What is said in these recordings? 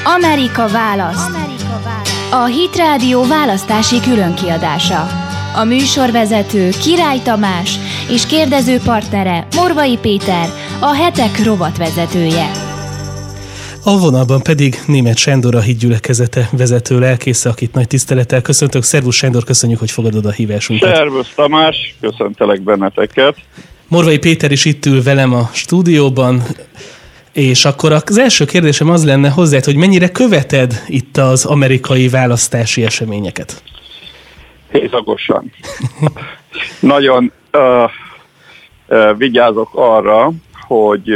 Amerika választ. A Hit Rádió választási különkiadása. A műsorvezető Király Tamás és kérdező partnere Morvai Péter, a Hetek rovatvezetője. A vonalban pedig Németh Sándor, a Hitgyülekezete vezető lelkésze, akit nagy tisztelettel köszöntök. Szervusz Sándor, köszönjük, hogy fogadod a hívásunkat. Szervusz Tamás, köszöntelek benneteket. Morvai Péter is itt ül velem a stúdióban, és akkor az első kérdésem az lenne hozzád, hogy mennyire követed itt az amerikai választási eseményeket? Hézagosan. Nagyon vigyázok arra, hogy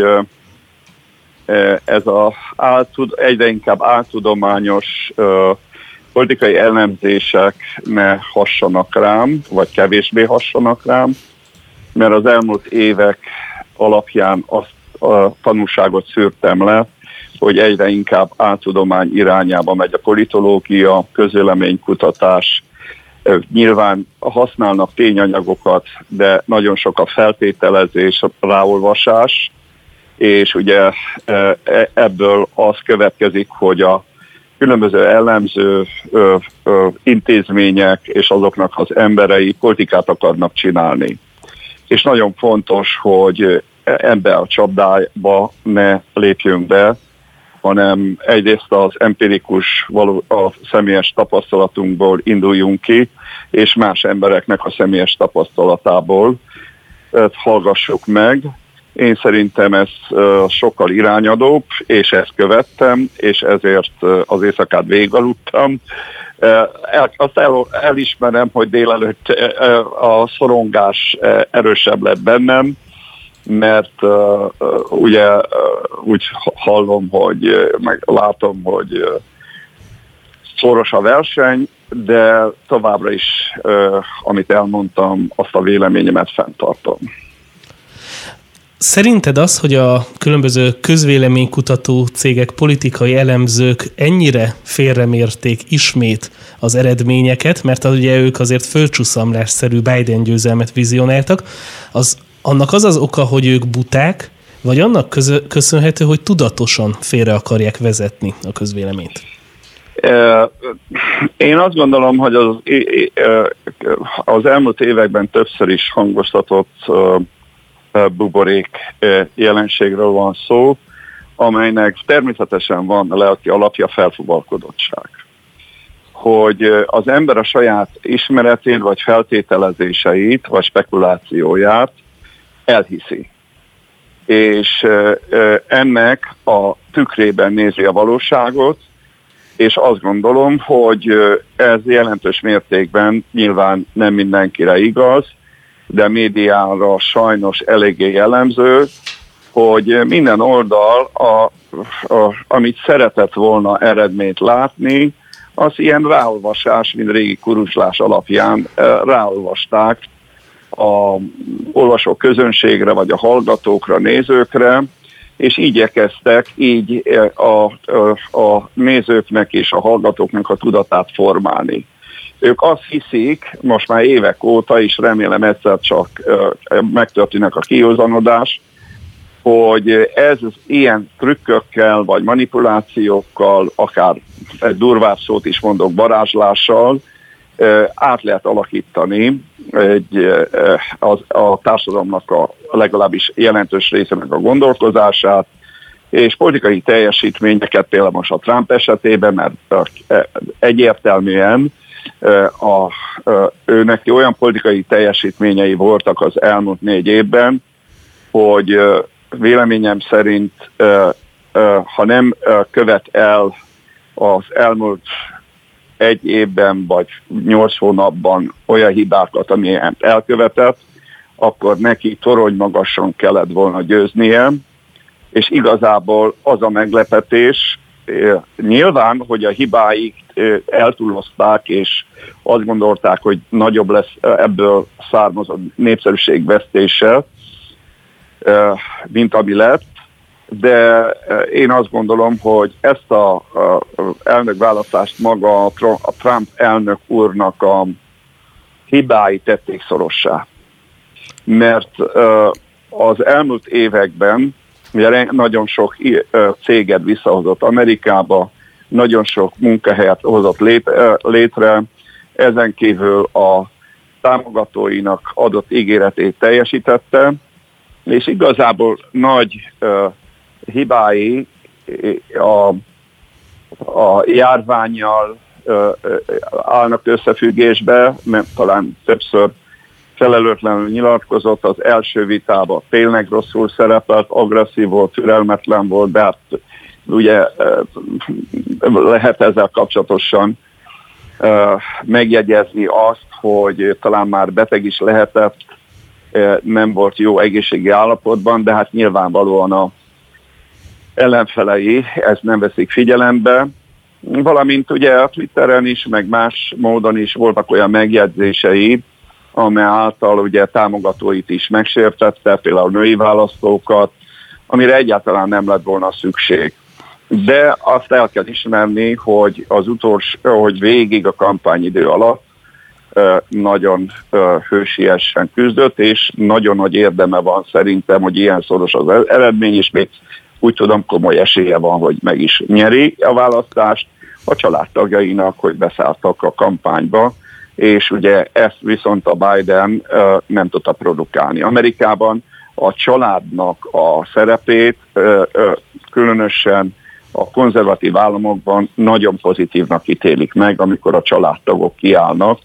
ez egyre inkább áltudományos politikai elemzések ne hassanak rám, vagy kevésbé hassanak rám, mert az elmúlt évek alapján azt a tanulságot szűrtem le, hogy egyre inkább áltudomány irányába megy a politológia, közvéleménykutatás. Nyilván használnak tényanyagokat, de nagyon sok a feltételezés, a ráolvasás, és ugye ebből az következik, hogy a különböző elemző intézmények és azoknak az emberei politikát akarnak csinálni. És nagyon fontos, hogy ebbe a csapdába ne lépjünk be, hanem egyrészt az empirikus, a személyes tapasztalatunkból induljunk ki, és más embereknek a személyes tapasztalatából hallgassuk meg. Én szerintem ez sokkal irányadóbb, és ezt követtem, és ezért az éjszakát végigaludtam. Azt elismerem, hogy délelőtt a szorongás erősebb lett bennem, mert ugye úgy hallom, meg látom, hogy szoros a verseny, de továbbra is, amit elmondtam, azt a véleményemet fenntartom. Szerinted az, hogy a különböző közvéleménykutató cégek, politikai elemzők ennyire félremérték ismét az eredményeket, mert ugye ők azért földcsuszamlásszerű Biden győzelmet vizionáltak, annak az az oka, hogy ők buták, vagy annak köszönhető, hogy tudatosan félre akarják vezetni a közvéleményt? Én azt gondolom, hogy az elmúlt években többször is hangoztatott buborék jelenségről van szó, amelynek természetesen van a lelki alapja, felfuvalkodottság. Hogy az ember a saját ismeretét, vagy feltételezéseit, vagy spekulációját elhiszi. És ennek a tükrében nézi a valóságot, és azt gondolom, hogy ez jelentős mértékben nyilván nem mindenkire igaz, de médiára sajnos eléggé jellemző, hogy minden oldal, amit szeretett volna eredményt látni, az ilyen ráolvasás, mint régi kuruzslás alapján ráolvasták a olvasó közönségre, vagy a hallgatókra, nézőkre, és igyekeztek így a nézőknek és a hallgatóknak a tudatát formálni. Ők azt hiszik, most már évek óta, és remélem egyszer csak megtörténik a kiózanodás, hogy ez ilyen trükkökkel, vagy manipulációkkal, akár egy durvább szót is mondok, varázslással át lehet alakítani a társadalomnak a legalábbis jelentős részének a gondolkozását, és politikai teljesítményeket, például most a Trump esetében, mert egyértelműen őnek olyan politikai teljesítményei voltak az elmúlt 4 évben, hogy véleményem szerint, ha nem követ el az elmúlt 1 évben vagy 8 hónapban olyan hibákat, amilyen elkövetett, akkor neki torony magasan kellett volna győznie, és igazából az a meglepetés, nyilván, hogy a hibáik eltúlozták, és azt gondolták, hogy nagyobb lesz ebből származó népszerűségvesztése, mint ami lett, de én azt gondolom, hogy ezt az elnökválasztást maga a Trump elnök úrnak a hibái tették szorossá. Mert az elmúlt években ugye nagyon sok céget visszahozott Amerikába, nagyon sok munkahelyet hozott létre, ezen kívül a támogatóinak adott ígéretét teljesítette, és igazából nagy hibái a járvánnyal állnak összefüggésbe, mert talán többször felelőtlenül nyilatkozott, az első vitában tényleg rosszul szerepelt, agresszív volt, türelmetlen volt, de hát ugye lehet ezzel kapcsolatosan megjegyezni azt, hogy talán már beteg is lehetett, nem volt jó egészségi állapotban, de hát nyilvánvalóan a ellenfelei ezt nem veszik figyelembe, valamint ugye a Twitteren is, meg más módon is voltak olyan megjegyzései, amely által ugye támogatóit is megsértette, például női választókat, amire egyáltalán nem lett volna szükség. De azt el kell ismerni, hogy hogy végig a kampányidő alatt nagyon hősiesen küzdött, és nagyon nagy érdeme van szerintem, hogy ilyen szoros az eredmény, és még úgy tudom, komoly esélye van, hogy meg is nyeri a választást a családtagjainak, hogy beszálltak a kampányba, és ugye ezt viszont a Biden nem tudta produkálni. Amerikában a családnak a szerepét különösen a konzervatív államokban nagyon pozitívnak ítélik meg, amikor a családtagok kiállnak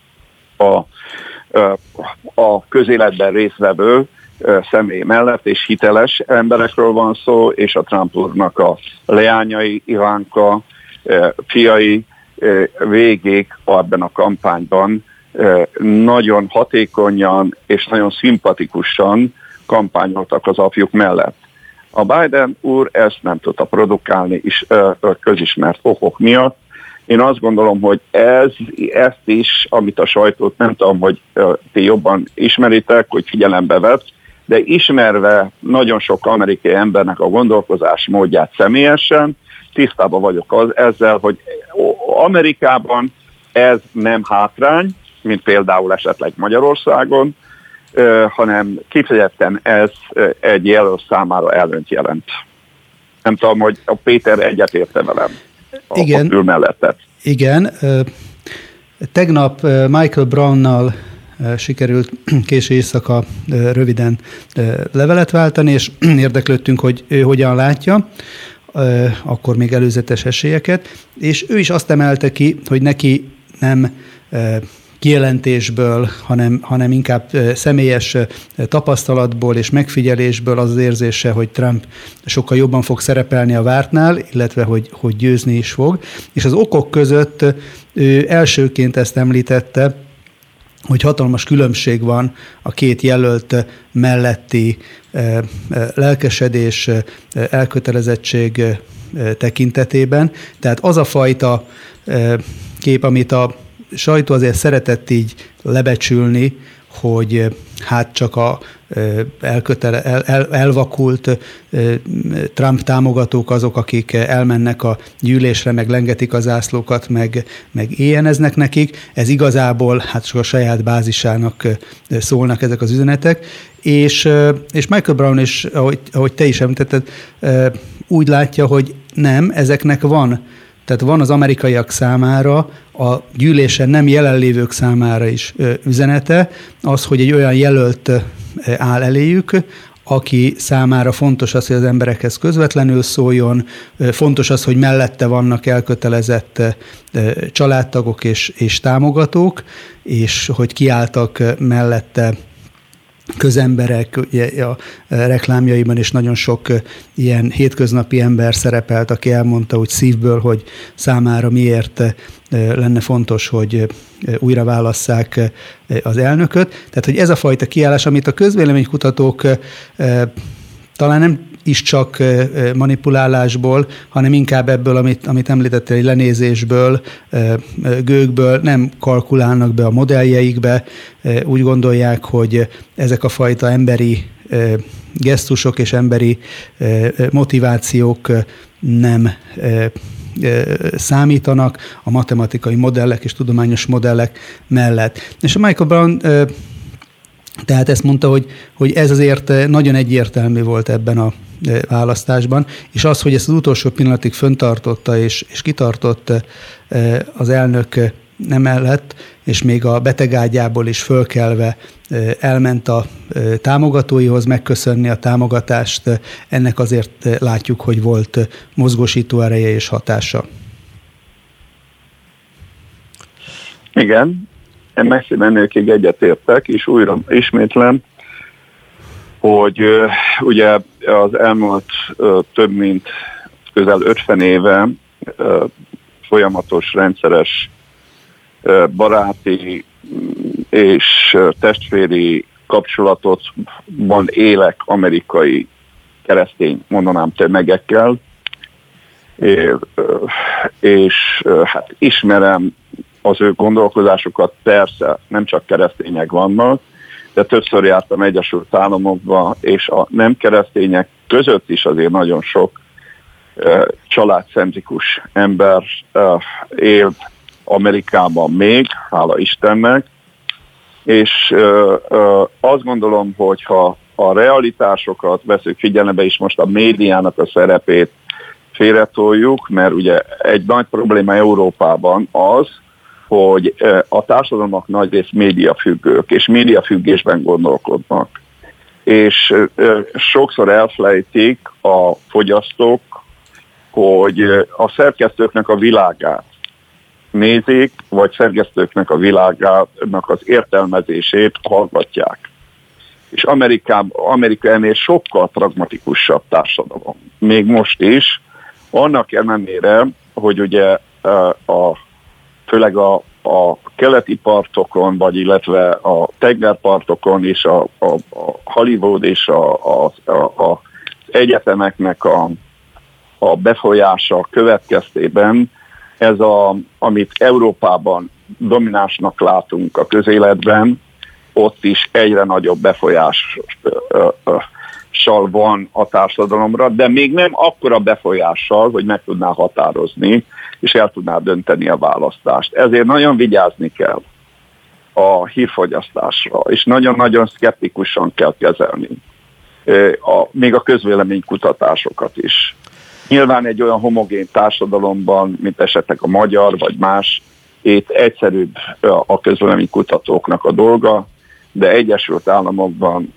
a közéletben résztvevő személy mellett, és hiteles emberekről van szó, és a Trump úrnak a leányai, Ivanka, fiai végig ebben a kampányban nagyon hatékonyan és nagyon szimpatikusan kampányoltak az apjuk mellett. A Biden úr ezt nem tudta produkálni is közismert okok miatt. Én azt gondolom, hogy ezt is, amit a sajtót nem tudom, hogy ti jobban ismeritek, hogy figyelembe vett, de ismerve nagyon sok amerikai embernek a gondolkozás módját személyesen, tisztában vagyok ezzel, hogy Amerikában ez nem hátrány, mint például esetleg Magyarországon, hanem kifejezetten ez egy jelölt számára előnyt jelent. Nem tudom, hogy a Péter egyetérte velem a ül mellettet. Igen. Tegnap Michael Brownnal sikerült késő éjszaka röviden levelet váltani, és érdeklődtünk, hogy ő hogyan látja, akkor még előzetes esélyeket, és ő is azt emelte ki, hogy neki nem kijelentésből, hanem inkább személyes tapasztalatból és megfigyelésből az érzése, hogy Trump sokkal jobban fog szerepelni a vártnál, illetve hogy győzni is fog. És az okok között ő elsőként ezt említette, hogy hatalmas különbség van a két jelölt melletti lelkesedés, elkötelezettség tekintetében. Tehát az a fajta kép, amit a sajtó azért szeretett így lebecsülni, hogy hát csak a elvakult Trump támogatók azok, akik elmennek a gyűlésre, meg lengetik a zászlókat, meg éjjeneznek nekik. Ez igazából hát csak a saját bázisának szólnak ezek az üzenetek. És Michael Brown is, ahogy te is említetted, úgy látja, hogy nem, ezeknek van. Tehát van az amerikaiak számára, a gyűlésen nem jelenlévők számára is üzenete, az, hogy egy olyan jelölt áll eléjük, aki számára fontos az, hogy az emberekhez közvetlenül szóljon, fontos az, hogy mellette vannak elkötelezett családtagok és támogatók, és hogy kiálltak mellette közemberek, ugye a reklámjaiban is nagyon sok ilyen hétköznapi ember szerepelt, aki elmondta úgy szívből, hogy számára miért lenne fontos, hogy újra válasszák az elnököt. Tehát, hogy ez a fajta kiállás, amit a közvéleménykutatók talán nem is csak manipulálásból, hanem inkább ebből, amit említettél, egy lenézésből, gőgből nem kalkulálnak be a modelljeikbe, úgy gondolják, hogy ezek a fajta emberi gesztusok és emberi motivációk nem számítanak a matematikai modellek és tudományos modellek mellett. És a Michael Brown tehát ezt mondta, hogy ez azért nagyon egyértelmű volt ebben választásban, és az, hogy ezt az utolsó pillanatig föntartotta és kitartott az elnök emellett, és még a betegágyából is fölkelve elment a támogatóihoz megköszönni a támogatást, ennek azért látjuk, hogy volt mozgósító ereje és hatása. Igen, messzi menőkig egyetértek, és újra ismétlem, hogy ugye az elmúlt több mint közel 50 éve folyamatos, rendszeres baráti és testvéri kapcsolatban élek amerikai keresztény, mondanám, tömegekkel, és hát ismerem az ő gondolkozásukat, persze nem csak keresztények vannak, de többször jártam Egyesült Államokba, és a nem keresztények között is azért nagyon sok családcentrikus ember él Amerikában még, hála Istennek, és azt gondolom, hogy ha a realitásokat veszük figyelembe, és most a médiának a szerepét félretoljuk, mert ugye egy nagy probléma Európában az, hogy a társadalmak nagyrészt médiafüggők, és médiafüggésben gondolkodnak. És sokszor elfelejtik a fogyasztók, hogy a szerkesztőknek a világát nézik, vagy szerkesztőknek a világának az értelmezését hallgatják. És Amerika ennél sokkal pragmatikusabb társadalom. Még most is, annak ellenére, hogy ugye főleg a keleti partokon, vagy illetve a tengerpartokon és a Hollywood és az egyetemeknek a befolyása következtében ez amit Európában dominánsnak látunk a közéletben, ott is egyre nagyobb befolyással van a társadalomra, de még nem akkora befolyással, hogy meg tudná határozni, és el tudná dönteni a választást. Ezért nagyon vigyázni kell a hírfogyasztásra, és nagyon-nagyon szkeptikusan kell kezelni még a közvéleménykutatásokat is. Nyilván egy olyan homogén társadalomban, mint esetleg a magyar vagy más, itt egyszerűbb a közvéleménykutatóknak a dolga, de Egyesült Államokban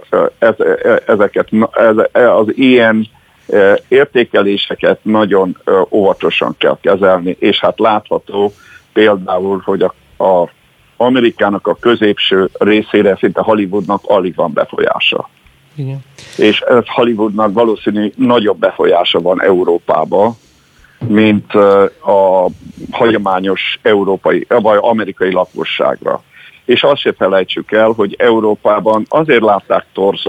ezeket az ilyen értékeléseket nagyon óvatosan kell kezelni, és hát látható például, hogy a Amerikának a középső részére, szinte Hollywoodnak alig van befolyása. Igen. És Hollywoodnak valószínű nagyobb befolyása van Európában, mint a hagyományos európai vagy amerikai lakosságra. És azt se felejtsük el, hogy Európában azért látták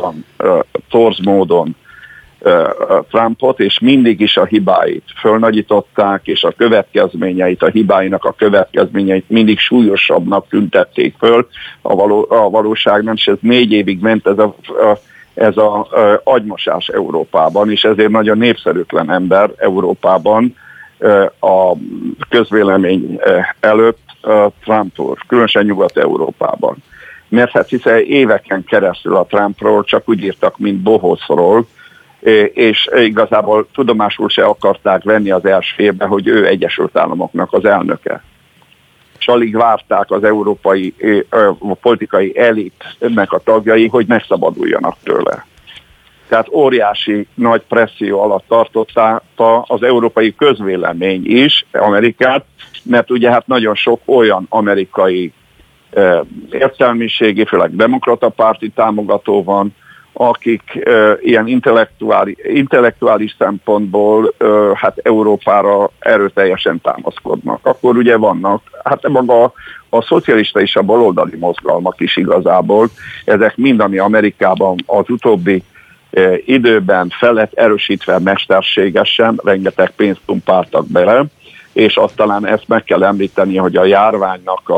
torz módon Trumpot, és mindig is a hibáit fölnagyították, és a következményeit, a hibáinak a következményeit mindig súlyosabbnak tüntették föl a valóságban, és ez 4 évig ment ez a agymosás Európában, és ezért nagyon népszerűtlen ember Európában a közvélemény előtt Trump úr, különösen Nyugat-Európában. Mert hát hiszen éveken keresztül a Trumpról csak úgy írtak, mint bohócról, és igazából tudomásul se akarták venni az első évben, hogy ő Egyesült Államoknak az elnöke. És alig várták az európai politikai elitnek a tagjai, hogy megszabaduljanak tőle. Tehát óriási nagy presszió alatt tartotta az európai közvélemény is Amerikát, mert ugye hát nagyon sok olyan amerikai értelmiségi, főleg demokrata párti támogató van, akik ilyen intellektuális szempontból hát Európára erőteljesen támaszkodnak. Akkor ugye vannak, hát maga a szocialista és a baloldali mozgalmak is igazából, ezek mind, ami Amerikában az utóbbi időben fel lett erősítve mesterségesen, rengeteg pénzt pumpáltak bele, és azt talán ezt meg kell említeni, hogy a járványnak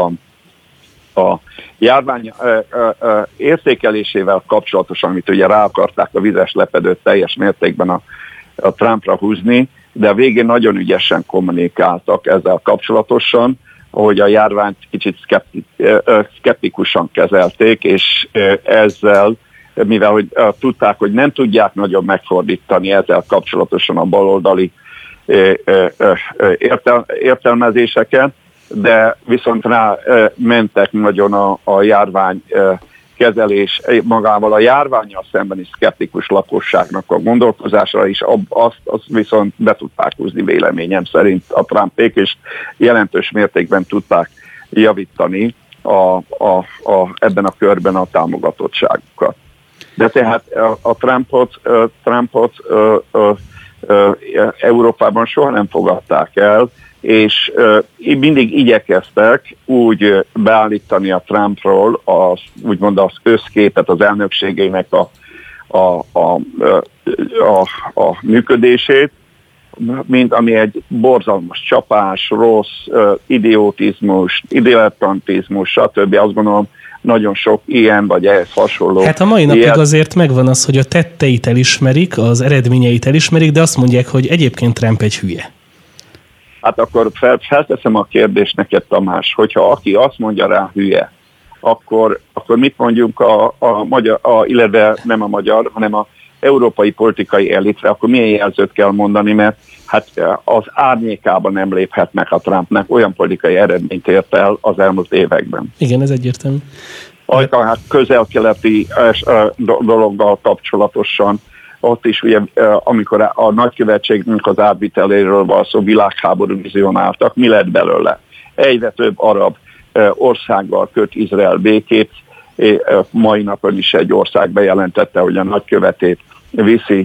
a járvány értékelésével kapcsolatosan, amit ugye rá akarták a vizes lepedőt teljes mértékben a Trumpra húzni, de a végén nagyon ügyesen kommunikáltak ezzel kapcsolatosan, hogy a járványt kicsit szkeptikusan kezelték, és ezzel mivel hogy tudták, hogy nem tudják nagyon megfordítani ezzel kapcsolatosan a baloldali értelmezéseket, de viszont rá mentek nagyon a járvány kezelés, magával a járvánnyal szembeni szkeptikus lakosságnak a gondolkozásra is, azt viszont be tudták húzni véleményem szerint a Trumpék, és jelentős mértékben tudták javítani ebben a körben a támogatottságukat. De tehát a Trumpot Európában soha nem fogadták el, és mindig igyekeztek úgy beállítani a Trumpról úgymond az összképet az elnökségének a működését, mint ami egy borzalmas csapás, rossz, idiotizmus, dilettantizmus, stb. Azt gondolom, nagyon sok ilyen vagy ehhez hasonló. Hát a mai napig azért megvan az, hogy a tetteit elismerik, az eredményeit elismerik, de azt mondják, hogy egyébként Trump egy hülye. Hát akkor felteszem a kérdést neked, Tamás, hogyha aki azt mondja rá hülye, akkor mit mondjunk illetve nem a magyar, hanem az európai politikai elitre, akkor milyen jelzőt kell mondani, mert hát az árnyékában nem léphetnek a Trumpnak, olyan politikai eredményt ért el az elmúlt években. Igen, ez egyértelmű. Hát közel-keleti dologgal kapcsolatosan, ott is ugye, amikor a nagykövetségnek az átviteléről van szó, világháború vizionáltak, mi lett belőle? Egyre több arab országgal köt Izrael békét, mai napon is egy ország bejelentette, hogy a nagykövetét viszi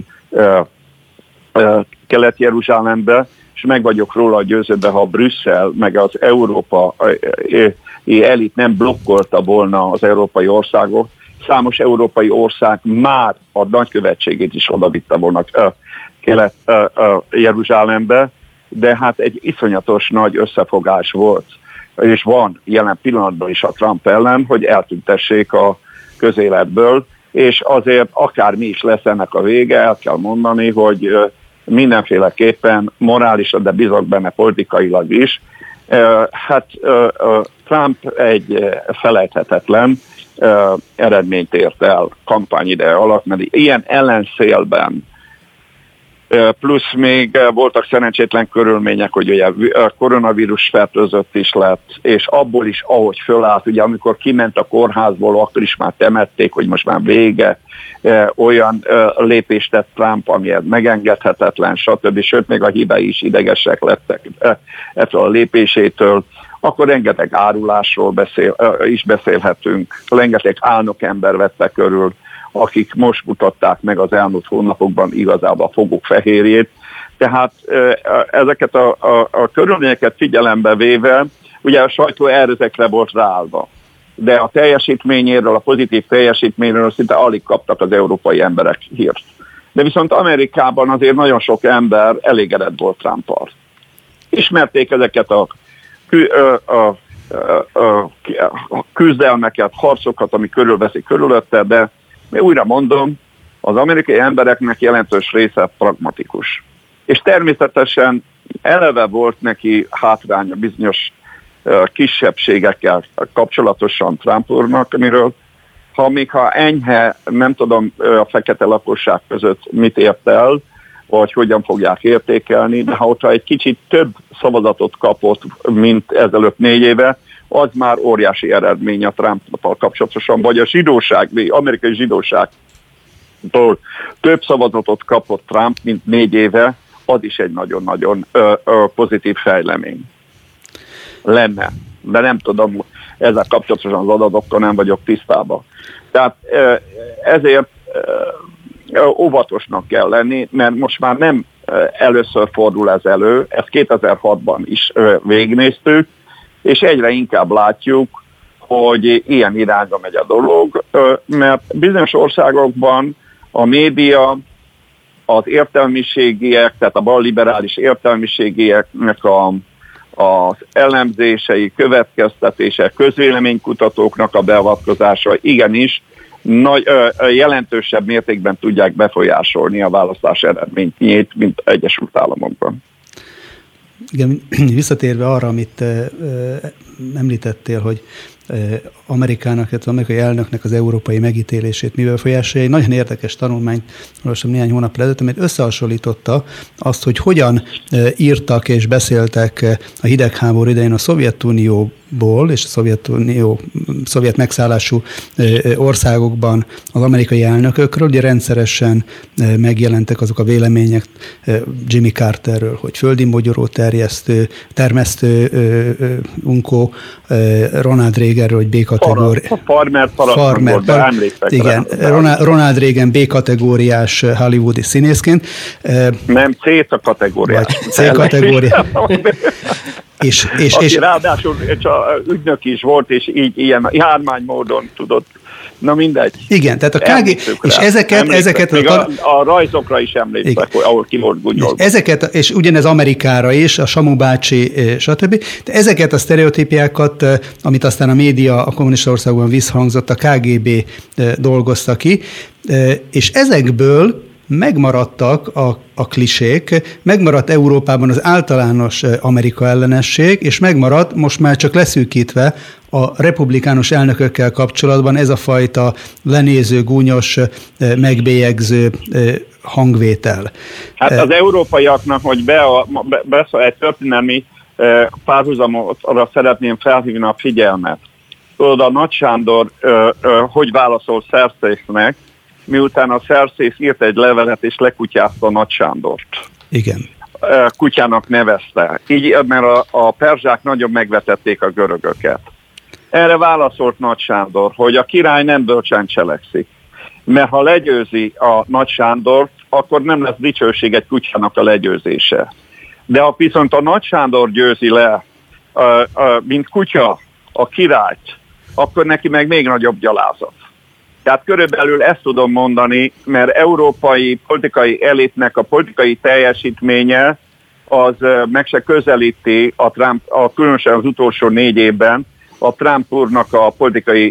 Kelet-Jeruzsálembe, és meg vagyok róla győződve, ha Brüsszel meg az európai elit nem blokkolta volna az európai országot, számos európai ország már a nagykövetségét is odavitte volna Kelet-Jeruzsálembe, de hát egy iszonyatos nagy összefogás volt, és van jelen pillanatban is a Trump ellen, hogy eltüntessék a közéletből, és azért akármi is lesz ennek a vége, el kell mondani, hogy mindenféleképpen morálisan, de bizony benne politikailag is, hát Trump egy felejthetetlen eredményt ért el kampányideje alatt, mert ilyen ellenszélben, plusz még voltak szerencsétlen körülmények, hogy ugye a koronavírus fertőzött is lett, és abból is, ahogy fölállt, ugye amikor kiment a kórházból, akkor is már temették, hogy most már vége, olyan lépést tett Trump, ami megengedhetetlen, stb. Sőt, még a hibái is idegesek lettek ettől a lépésétől. Akkor rengeteg árulásról is beszélhetünk, rengeteg álnokember vette körül, akik most mutatták meg az elmúlt hónapokban igazából a foguk fehérjét. Tehát ezeket a körülményeket figyelembe véve, ugye a sajtó ezekre volt ráállva. De a teljesítményéről, a pozitív teljesítményről szinte alig kaptak az európai emberek hírt. De viszont Amerikában azért nagyon sok ember elégedett volt Trumpal. Ismerték ezeket a küzdelmeket, harcokat, ami körülveszik körülötte, de újra mondom, az amerikai embereknek jelentős része pragmatikus. És természetesen eleve volt neki hátránya bizonyos kisebbségekkel kapcsolatosan Trump úrnak, amiről ha enyhe, nem tudom a fekete lakosság között mit ért el, vagy hogyan fogják értékelni, de ha egy kicsit több szavazatot kapott, mint ezelőtt 4 éve, az már óriási eredmény a Trump-tal kapcsolatosan, vagy a zsidóság, amerikai zsidóságtól több szavazatot kapott Trump, mint 4 éve, az is egy nagyon-nagyon pozitív fejlemény lenne. De nem tudom, ezzel kapcsolatosan az adatokkal nem vagyok tisztában. Tehát ezért óvatosnak kell lenni, mert most már nem először fordul ez elő, ezt 2006-ban is végignéztük, és egyre inkább látjuk, hogy ilyen irányba megy a dolog, mert bizonyos országokban a média, az értelmiségiek, tehát a balliberális értelmiségieknek az elemzései, következtetése, közvéleménykutatóknak a beavatkozása igenis jelentősebb mértékben tudják befolyásolni a választás eredményét, mint Egyesült Államokban. Igen, visszatérve arra, amit említettél, hogy Amerikának, illetve amerikai elnöknek az európai megítélését mivel befolyásolja. Egy nagyon érdekes tanulmányt olvastam néhány hónap előtt, amit összehasonlította azt, hogy hogyan írtak és beszéltek a hidegháború idején a Szovjetunióból és a szovjet megszállású országokban az amerikai elnökökről. Ugye rendszeresen megjelentek azok a vélemények Jimmy Carterről, hogy földi mogyoró termesztő unkó, Ronald Reaganről, hogy B-kategóriás. Farmer, igen. Ronald Reagan B-kategóriás hollywoodi színészként. Nem, C-kategóriás. C-kategóriás. Aki ráadásul ügynök is volt, és így ilyen jármány módon tudott. Na mindegy. Igen, tehát a KG... És ezeket a rajzokra is emlékszek, ahol ki volt gúnyolva. És ugyanez Amerikára is, a Samu bácsi, stb. De ezeket a sztereotípiákat, amit aztán a média a kommunista országban visszhangzott, a KGB dolgozta ki, és ezekből megmaradtak a klisék, megmaradt Európában az általános Amerika ellenesség, és megmaradt, most már csak leszűkítve, a republikánus elnökökkel kapcsolatban ez a fajta lenéző, gúnyos, megbélyegző hangvétel. Hát az európaiaknak, hogy egy történelmi párhuzamra szeretném felhívni a figyelmet. Tudod, a Nagy Sándor hogy válaszol Szerszésznek, miután a Szerszész írt egy levelet, és lekutyázta Nagy Sándort. Igen. Kutyának nevezte. Így, mert a perzsák nagyon megvetették a görögöket. Erre válaszolt Nagy Sándor, hogy a király nem bölcsen cselekszik. Mert ha legyőzi a Nagy Sándort, akkor nem lesz dicsőség egy kutyának a legyőzése. De ha viszont a Nagy Sándor győzi le, mint kutya, a királyt, akkor neki meg még nagyobb gyalázat. Tehát körülbelül ezt tudom mondani, mert európai politikai elitnek a politikai teljesítménye az meg se közelíti különösen az utolsó 4 évben a Trump úrnak a politikai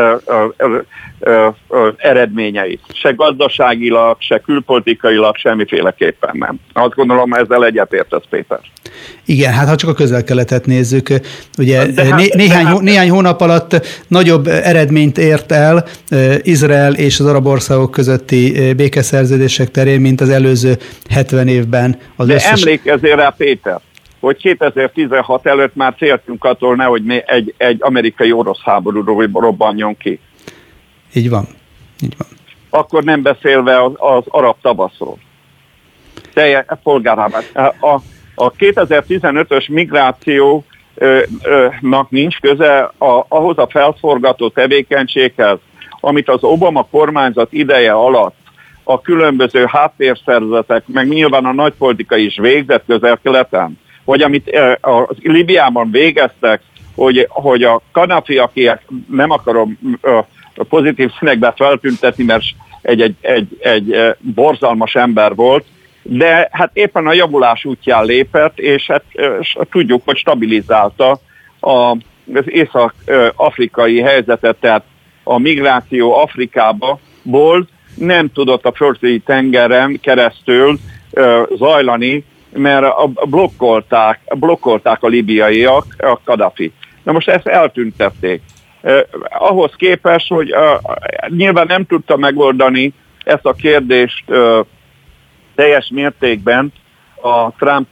eredményeit. Se gazdaságilag, se külpolitikailag semmiféleképpen nem. Azt gondolom, ezzel egyetértesz, Péter. Igen, hát ha csak a Közel-Keletet nézzük, ugye néhány hónap alatt nagyobb eredményt ért el Izrael és az arab országok közötti békeszerződések terén, mint az előző 70 évben. De emlékezzél rá, Péter, hogy 2016 előtt már céltunk attól, nehogy egy amerikai-orosz háború robbanjon ki. Így van. Akkor nem beszélve az arab tavaszról. Polgárháború. A 2015-ös migrációnak nincs köze ahhoz a felforgató tevékenységhez, amit az Obama kormányzat ideje alatt a különböző háttérszervezetek, meg nyilván a nagypolitika is végzett Közel-Keleten, vagy amit a Libiában végeztek, hogy a Kadhafi, akinek nem akarom pozitív színekbe feltüntetni, mert egy borzalmas ember volt, de hát éppen a javulás útján lépett, és hát tudjuk, hogy stabilizálta az észak-afrikai helyzetet, tehát a migráció Afrikából nem tudott a földközi tengeren keresztül zajlani, mert blokkolták a libiaiak a Kadhafi. Na most ezt eltüntették. Ahhoz képest, hogy nyilván nem tudta megoldani ezt a kérdést teljes mértékben a Trump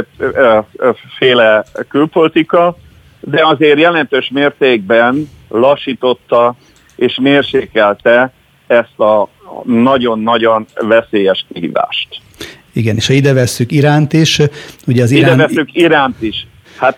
féle külpolitika, de azért jelentős mértékben lassította és mérsékelte ezt a nagyon-nagyon veszélyes kihívást. Igen, és ha ide vesszük Iránt is, ugye az Ide vesszük Iránt is. Hát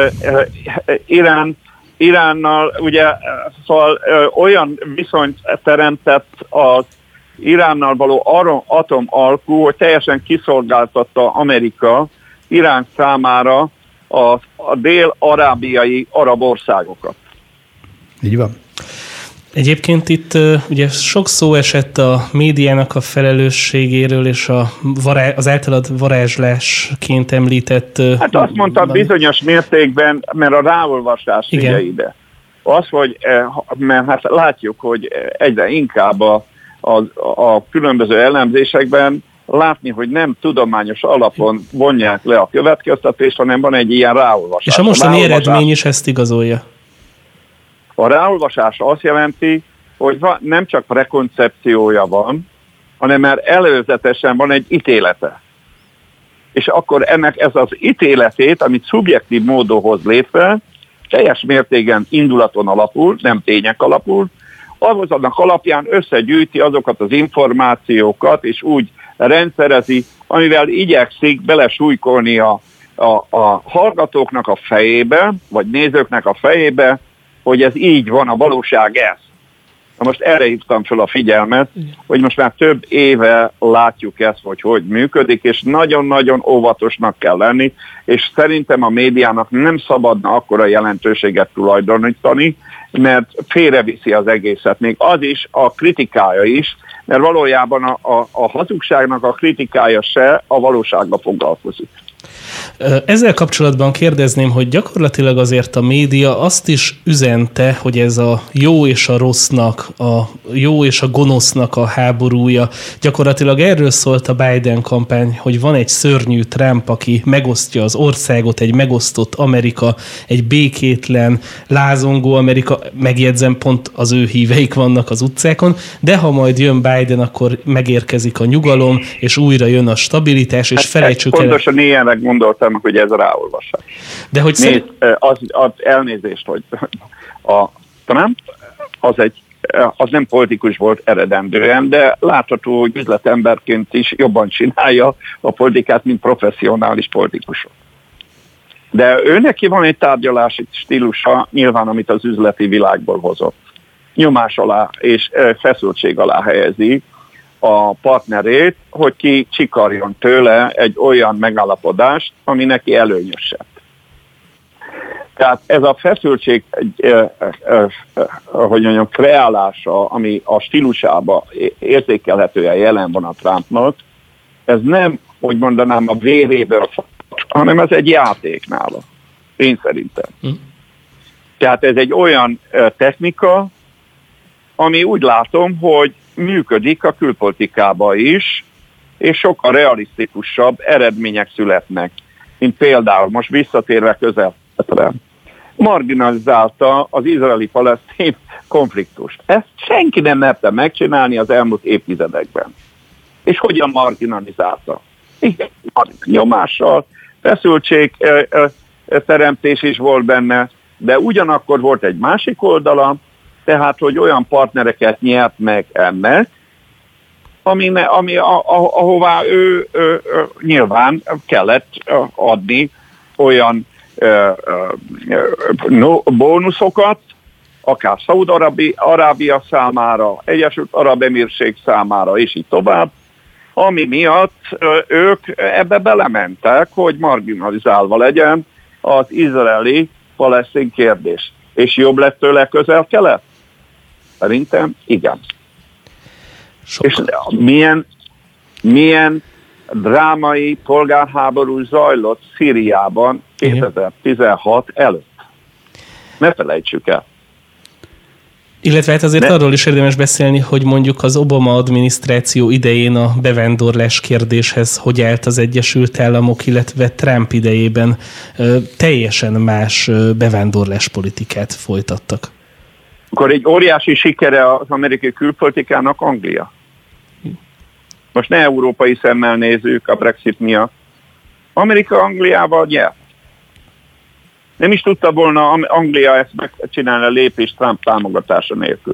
Iránnal ugye szóval olyan viszonyt teremtett az Iránnal való atomalkú, hogy teljesen kiszolgáltatta Amerika Irán számára a dél-arábiai arab országokat. Így van. Egyébként itt ugye sok szó esett a médiának a felelősségéről, és az általad varázslásként említett... Hát azt mondtam bizonyos mértékben, mert a ráolvasás figyelj ide. Az, hogy mert hát látjuk, hogy egyre inkább a különböző elemzésekben látni, hogy nem tudományos alapon vonják le a következtetést, hanem van egy ilyen ráolvasás. És a mostani eredmény is ezt igazolja. A ráolvasás azt jelenti, hogy nem csak prekoncepciója van, hanem már előzetesen van egy ítélete. És akkor ennek ez az ítéletét, amit szubjektív módon hoz létre, teljes mértékben indulaton alapul, nem tények alapul, ahhoz annak alapján összegyűjti azokat az információkat, és úgy rendszerezi, amivel igyekszik belesújkolni a hallgatóknak a fejébe, vagy nézőknek a fejébe, hogy ez így van, a valóság ez. Na most erre hívtam fel a figyelmet, hogy most már több éve látjuk ezt, hogy működik, és nagyon-nagyon óvatosnak kell lenni, és szerintem a médiának nem szabadna akkora jelentőséget tulajdonítani, mert félreviszi az egészet. Még az is, a kritikája is, mert valójában a hazugságnak a kritikája se a valósággal foglalkozik. Ezzel kapcsolatban kérdezném, hogy gyakorlatilag azért a média azt is üzente, hogy ez a jó és a rossznak, a jó és a gonosznak a háborúja. Gyakorlatilag erről szólt a Biden kampány, hogy van egy szörnyű Trump, aki megosztja az országot, egy megosztott Amerika, egy békétlen, lázongó Amerika, megjegyzem, pont az ő híveik vannak az utcákon, de ha majd jön Biden, akkor megérkezik a nyugalom, és újra jön a stabilitás, és felejtsük el... Pontosan ilyennek gondoltam, hogy ez a ráolvasás. De hogy az elnézést, hogy a Trump az nem politikus volt eredendően, de látható, hogy üzletemberként is jobban csinálja a politikát, mint professzionális politikusok. De ő neki van egy tárgyalási stílusa, nyilván, amit az üzleti világból hozott. Nyomás alá és feszültség alá helyezi a partnerét, hogy ki csikarjon tőle egy olyan megállapodást, ami neki előnyösebb. Tehát ez a feszültség hogy mondjam, kreálása, ami a stílusában érzékelhetően jelen van a Trumpnak, ez nem, hogy mondanám, a véréből, hanem ez egy játék nála. Én szerintem. Tehát ez egy olyan technika, ami úgy látom, hogy működik a külpolitikában is, és sokkal realisztikusabb eredmények születnek, mint például most visszatérve Közel-Keletre. Marginalizálta az izraeli-palesztin konfliktust. Ezt senki nem merte megcsinálni az elmúlt évtizedekben. És hogyan marginalizálta? Igen, nyomással, feszültség teremtés is volt benne, de ugyanakkor volt egy másik oldala, tehát, hogy olyan partnereket nyert meg ennek, ahová ő nyilván kellett adni olyan bónuszokat, akár Szaúd-Arábia számára, Egyesült Arab Emírség számára, és így tovább, ami miatt ők ebbe belementek, hogy marginalizálva legyen az izraeli-palesztin kérdés. És jobb lett tőle Közel-Kelet? Szerintem igen. És milyen drámai polgárháború zajlott Szíriában 2016 előtt. Ne felejtsük el. Illetve hát azért arról is érdemes beszélni, hogy mondjuk az Obama adminisztráció idején a bevándorlás kérdéshez hogy állt az Egyesült Államok, illetve Trump idejében teljesen más bevándorlás politikát folytattak. Akkor egy óriási sikere az amerikai külpolitikának Anglia. Most ne európai szemmel nézzük a Brexit miatt. Amerika Angliával nyert. Nem is tudta volna Anglia ezt megcsinálni a lépést Trump támogatása nélkül.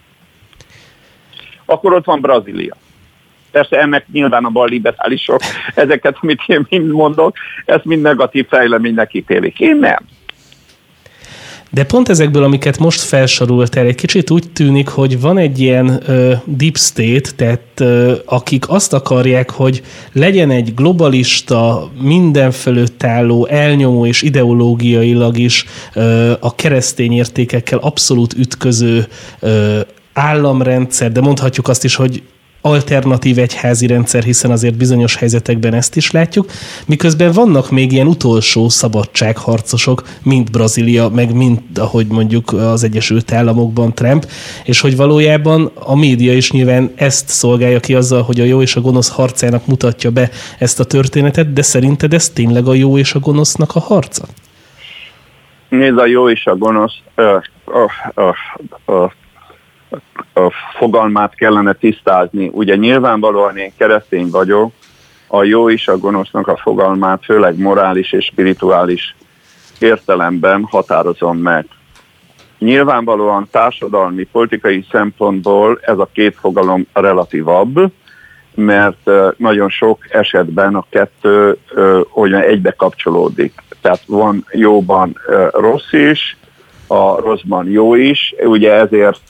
Akkor ott van Brazília. Persze ennek nyilván a balliberálisok, ezeket, amit én mind mondok, ezt mind negatív fejleménynek ítélik. Én nem. De pont ezekből, amiket most felsoroltál, egy kicsit úgy tűnik, hogy van egy ilyen deep state, tehát akik azt akarják, hogy legyen egy globalista, minden fölött álló, elnyomó és ideológiailag is a keresztény értékekkel abszolút ütköző államrendszer, de mondhatjuk azt is, hogy alternatív egyházi rendszer, hiszen azért bizonyos helyzetekben ezt is látjuk, miközben vannak még ilyen utolsó szabadságharcosok, mint Brazília, meg mint ahogy mondjuk az Egyesült Államokban Trump, és hogy valójában a média is nyilván ezt szolgálja ki azzal, hogy a jó és a gonosz harcának mutatja be ezt a történetet, de szerinted ez tényleg a jó és a gonosznak a harca? Nézd, a jó és a gonosz fogalmát kellene tisztázni. Ugye nyilvánvalóan én keresztény vagyok, a jó és a gonosznak a fogalmát főleg morális és spirituális értelemben határozom meg. Nyilvánvalóan társadalmi, politikai szempontból ez a két fogalom relatívabb, mert nagyon sok esetben a kettő olyan egybe kapcsolódik. Tehát van jóban rossz is, a rosszban jó is. Ugye ezért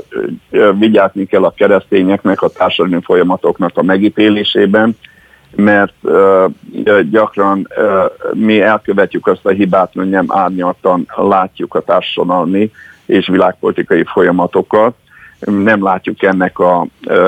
vigyázni kell a keresztényeknek a társadalmi folyamatoknak a megítélésében, mert gyakran mi elkövetjük azt a hibát, hogy nem árnyaltan látjuk a társadalmi és világpolitikai folyamatokat, nem látjuk ennek a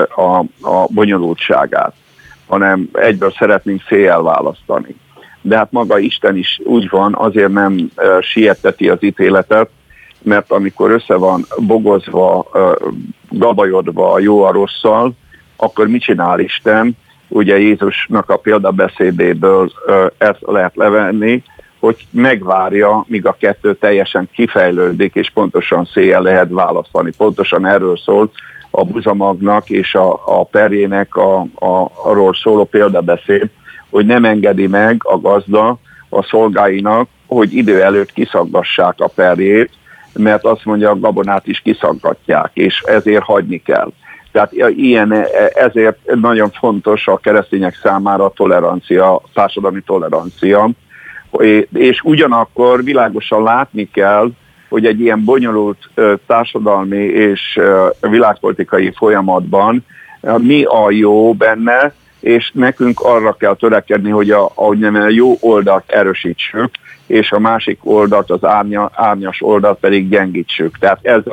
bonyolultságát, hanem egyből szeretnénk széjjel választani. De hát maga Isten is úgy van, azért nem sietteti az ítéletet, mert amikor össze van bogozva, gabajodva a jó a rosszal, akkor mit csinál Isten? Ugye Jézusnak a példabeszédéből ezt lehet levenni, hogy megvárja, míg a kettő teljesen kifejlődik, és pontosan széjjel lehet választani. Pontosan erről szól a buzamagnak és a perjének arról szóló példabeszéd, hogy nem engedi meg a gazda a szolgáinak, hogy idő előtt kiszaggassák a perjét, mert azt mondja, a gabonát is kiszaggatják, és ezért hagyni kell. Tehát ezért nagyon fontos a keresztények számára a tolerancia, a társadalmi tolerancia, és ugyanakkor világosan látni kell, hogy egy ilyen bonyolult társadalmi és világpolitikai folyamatban mi a jó benne, és nekünk arra kell törekedni, hogy a jó oldalt erősítsük, és a másik oldalt, az árnyas oldalt pedig gyengítsük. Tehát ez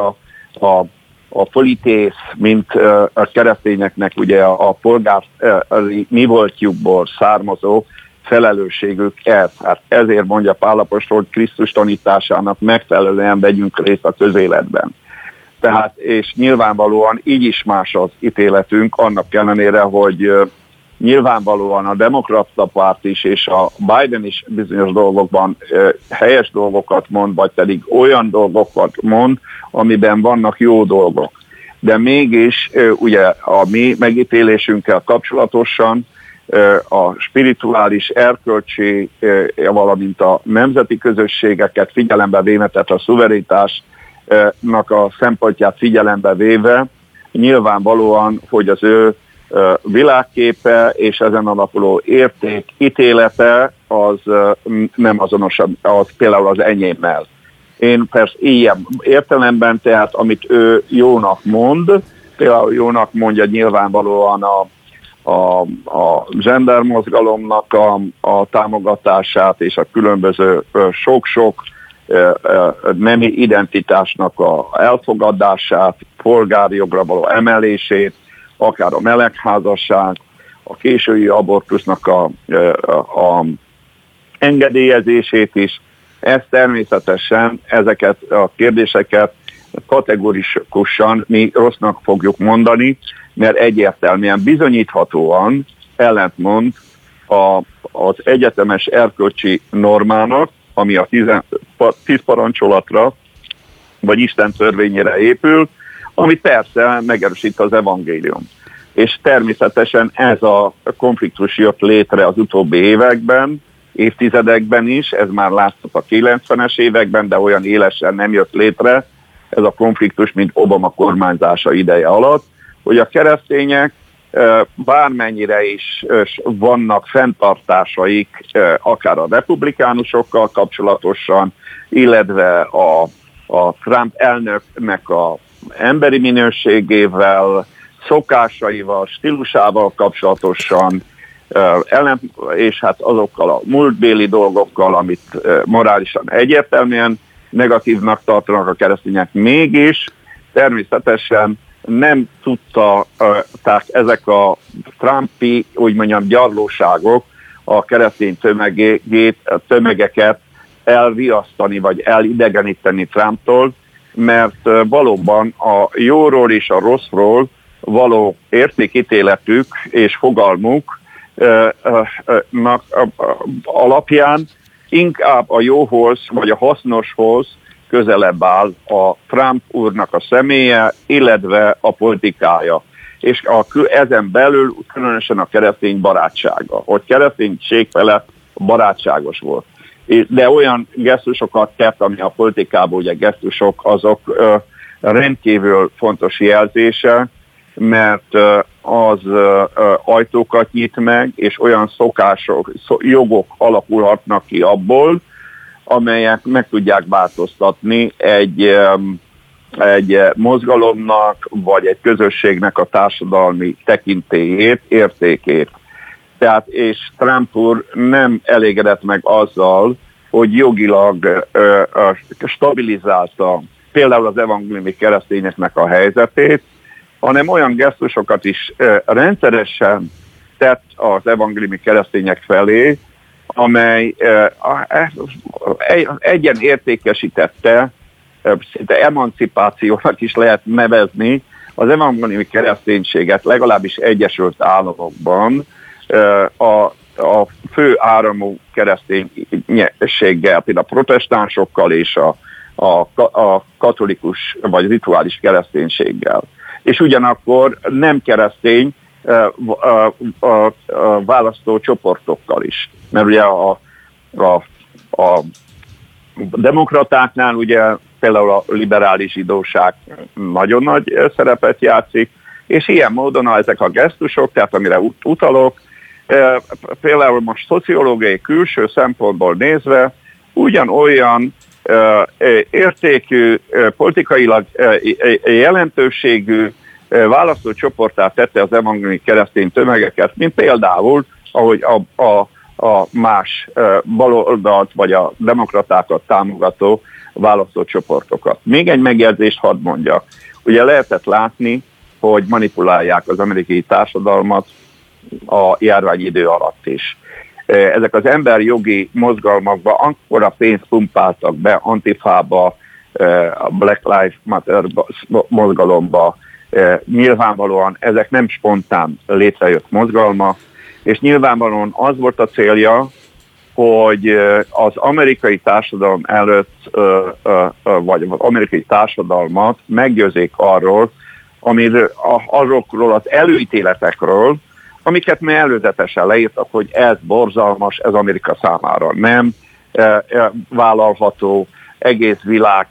a politész, mint a keresztényeknek ugye a polgári mi voltjukból származó felelősségük ez. Hát ezért mondja Pál apostol, hogy Krisztus tanításának megfelelően vegyünk részt a közéletben. Tehát, és nyilvánvalóan így is más az ítéletünk, annak ellenére, hogy nyilvánvalóan a demokrata párt is, és a Biden is bizonyos dolgokban helyes dolgokat mond, vagy pedig olyan dolgokat mond, amiben vannak jó dolgok. De mégis ugye a mi megítélésünkkel kapcsolatosan a spirituális, erkölcsi, valamint a nemzeti közösségeket figyelembe véve, tehát a szuverenitásnak a szempontját figyelembe véve, nyilvánvalóan, hogy az ő világképe és ezen alapuló érték ítélete az nem azonos, az például az enyémmel. Én persze ilyen értelemben, tehát amit ő jónak mond, például jónak mondja nyilvánvalóan a gender mozgalomnak a támogatását és a különböző sok-sok nemi identitásnak a elfogadását, polgári jogra való emelését, akár a melegházasság, a késői abortusznak a engedélyezését is. Ez természetesen ezeket a kérdéseket kategorikusan mi rossznak fogjuk mondani, mert egyértelműen bizonyíthatóan ellentmond az egyetemes erkölcsi normának, ami a 10 parancsolatra, vagy Isten törvényére épül, ami persze megerősít az evangélium. És természetesen ez a konfliktus jött létre az utóbbi években, évtizedekben is, ez már látszott a 90-es években, de olyan élesen nem jött létre ez a konfliktus, mint Obama kormányzása ideje alatt, hogy a keresztények bármennyire is vannak fenntartásaik, akár a republikánusokkal kapcsolatosan, illetve a Trump elnöknek a emberi minőségével, szokásaival, stílusával kapcsolatosan, és hát azokkal a múltbéli dolgokkal, amit morálisan egyértelműen negatívnak tartanak a keresztények, mégis természetesen nem tudták ezek a trumpi, úgy mondjam, gyarlóságok a keresztény tömegeket elriasztani, vagy elidegeníteni Trumptól, mert valóban a jóról és a rosszról való értékítéletük és fogalmuk alapján inkább a jóhoz vagy a hasznoshoz közelebb áll a Trump úrnak a személye, illetve a politikája. És ezen belül különösen a keresztény barátsága, hogy kereszténység felett barátságos volt. De olyan gesztusokat tett, ami a politikában, ugye gesztusok, azok rendkívül fontos jelzése, mert az ajtókat nyit meg, és olyan szokások, jogok alakulhatnak ki abból, amelyek meg tudják változtatni egy mozgalomnak, vagy egy közösségnek a társadalmi tekintélyét, értékét. Tehát, és Trump úr nem elégedett meg azzal, hogy jogilag stabilizálta például az evangéliumi keresztényeknek a helyzetét, hanem olyan gesztusokat is rendszeresen tett az evangéliumi keresztények felé, amely egyenértékesítette, szinte emancipációnak is lehet nevezni az evangéliumi kereszténységet, legalábbis Egyesült Államokban a fő áramú kereszténységgel, például a protestánsokkal és a katolikus vagy rituális kereszténységgel. És ugyanakkor nem keresztény választó csoportokkal is. Mert ugye a demokratáknál ugye például a liberális zsidóság nagyon nagy szerepet játszik, és ilyen módon ezek a gesztusok, tehát amire utalok, például most szociológiai külső szempontból nézve ugyanolyan értékű, politikailag jelentőségű választócsoporttá tette az evangéliumi keresztény tömegeket, mint például, ahogy a más baloldalt vagy a demokratákat támogató választócsoportokat. Még egy megjegyzést hadd mondjak. Ugye lehetett látni, hogy manipulálják az amerikai társadalmat a járványidő alatt is. Ezek az emberjogi mozgalmakba akkora pénzt pumpáltak be, Antifába, a Black Lives Matter mozgalomba. Nyilvánvalóan ezek nem spontán létrejött mozgalma, és nyilvánvalóan az volt a célja, hogy az amerikai társadalom előtt, vagy az amerikai társadalmat meggyőzzék arról az előítéletekről, amiket mi előzetesen leírtak, hogy ez borzalmas, ez Amerika számára nem vállalható, egész világ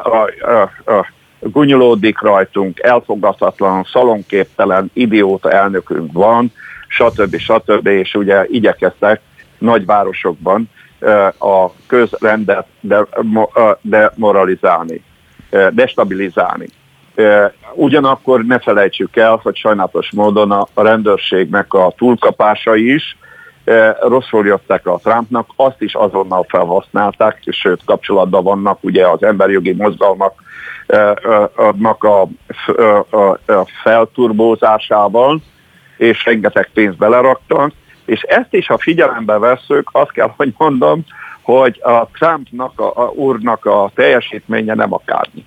gúnyolódik rajtunk, elfogadhatatlan, szalonképtelen, idióta elnökünk van, stb. És ugye igyekeztek nagyvárosokban a közrendet demoralizálni, destabilizálni. Ugyanakkor ne felejtsük el, hogy sajnálatos módon a rendőrségnek a túlkapásai is rosszul jöttek a Trumpnak, azt is azonnal felhasználták, sőt kapcsolatban vannak ugye az emberjogi mozgalmaknak a felturbózásával, és rengeteg pénzt beleraktak, és ezt is, ha figyelembe vesszük, azt kell, hogy mondom, hogy a Trumpnak, a úrnak a teljesítménye nem akármi.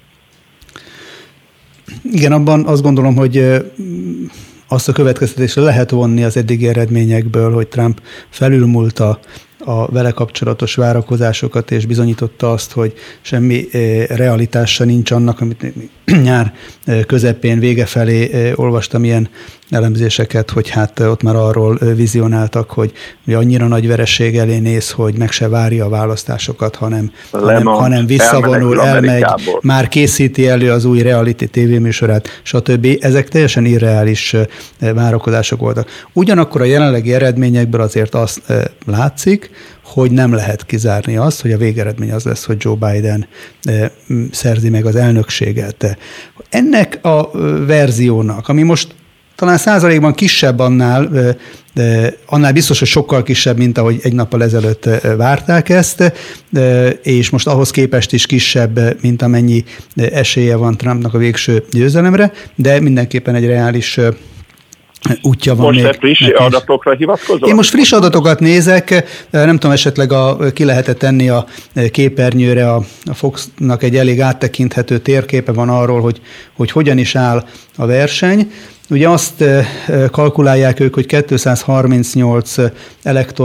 Igen, abban azt gondolom, hogy azt a következtetésre lehet vonni az eddigi eredményekből, hogy Trump felülmúlta a vele kapcsolatos várakozásokat, és bizonyította azt, hogy semmi realitása nincs annak, amit nyár közepén, vége felé olvastam ilyen elemzéseket, hogy hát ott már arról vizionáltak, hogy annyira nagy vereség elé néz, hogy meg se várja a választásokat, hanem visszavonul, elmegy, már készíti elő az új reality tévéműsorát, stb. Ezek teljesen irreális várakozások voltak. Ugyanakkor a jelenlegi eredményekből azért azt látszik, hogy nem lehet kizárni azt, hogy a végeredmény az lesz, hogy Joe Biden szerzi meg az elnökséget. Ennek a verziónak, ami most talán százalékban kisebb annál biztos, hogy sokkal kisebb, mint ahogy egy nappal ezelőtt várták ezt, és most ahhoz képest is kisebb, mint amennyi esélye van Trumpnak a végső győzelemre, de mindenképpen egy reális útja van. Most még friss adatokra hivatkozol? Én most friss adatokat nézek, nem tudom, esetleg ki lehet tenni a képernyőre a Foxnak egy elég áttekinthető térképe van arról, hogy hogyan is áll a verseny. Ugye azt kalkulálják ők, hogy 238 elektora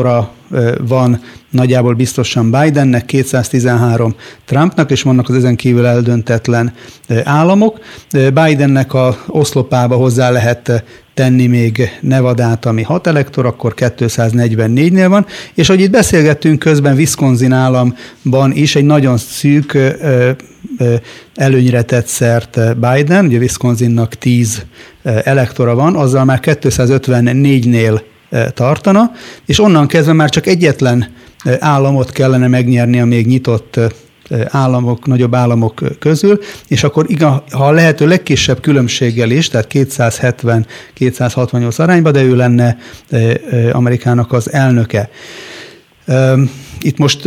van nagyjából biztosan Bidennek, 213 Trumpnak, és vannak az ezen kívül eldöntetlen államok. Bidennek a oszlopába hozzá lehet tenni még Nevadát, ami 6 elektor, akkor 244-nél van, és ahogy itt beszélgettünk közben, Wisconsin államban is egy nagyon szűk előnyre tett szert Biden, ugye Wisconsinnak 10 elektora van, azzal már 254-nél tartana, és onnan kezdve már csak egyetlen államot kellene megnyerni a még nyitott államok, nagyobb államok közül, és akkor ha a lehető legkisebb különbséggel is, tehát 270-268 arányba, de ő lenne Amerikának az elnöke. Itt most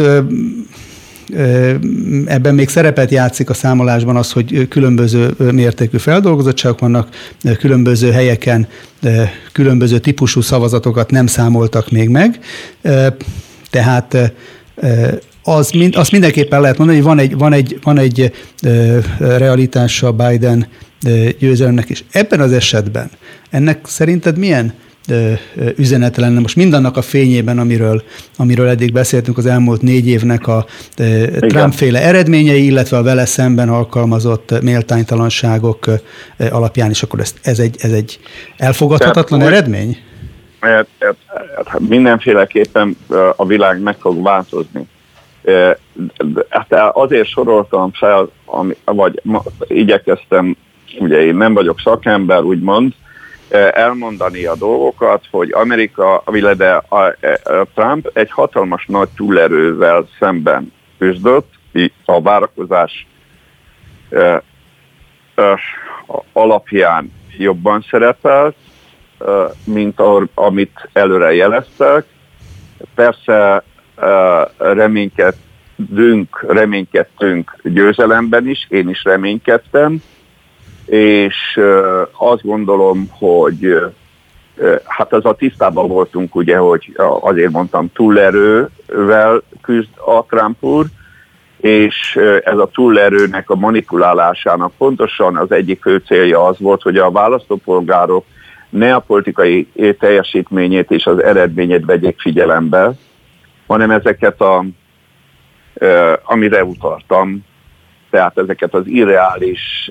ebben még szerepet játszik a számolásban az, hogy különböző mértékű feldolgozottságok vannak, különböző helyeken különböző típusú szavazatokat nem számoltak még meg, tehát azt mindenképpen lehet mondani, hogy van egy realitása Biden győzelemnek is. Ebben az esetben ennek szerinted milyen üzenete lenne most mindannak a fényében, amiről eddig beszéltünk az elmúlt 4 évnek a Trump-féle eredményei, illetve a vele szemben alkalmazott méltánytalanságok alapján is, akkor ez egy elfogadhatatlan eredmény? Mindenféleképpen a világ meg fog változni. Azért soroltam fel, vagy igyekeztem, ugye én nem vagyok szakember, úgymond, elmondani a dolgokat, hogy Amerika, de Trump egy hatalmas nagy túlerővel szemben küzdött, a várakozás alapján jobban szerepelt, mint amit előre jeleztek. Persze reménykedtünk győzelemben is, én is reménykedtem, és azt gondolom, hogy hát az a tisztában voltunk, ugye, hogy azért mondtam, túlerővel küzd a Trump úr, és ez a túlerőnek a manipulálásának pontosan az egyik fő célja az volt, hogy a választópolgárok ne a politikai teljesítményét és az eredményét vegyék figyelembe, hanem ezeket amire utaltam, tehát ezeket az irreális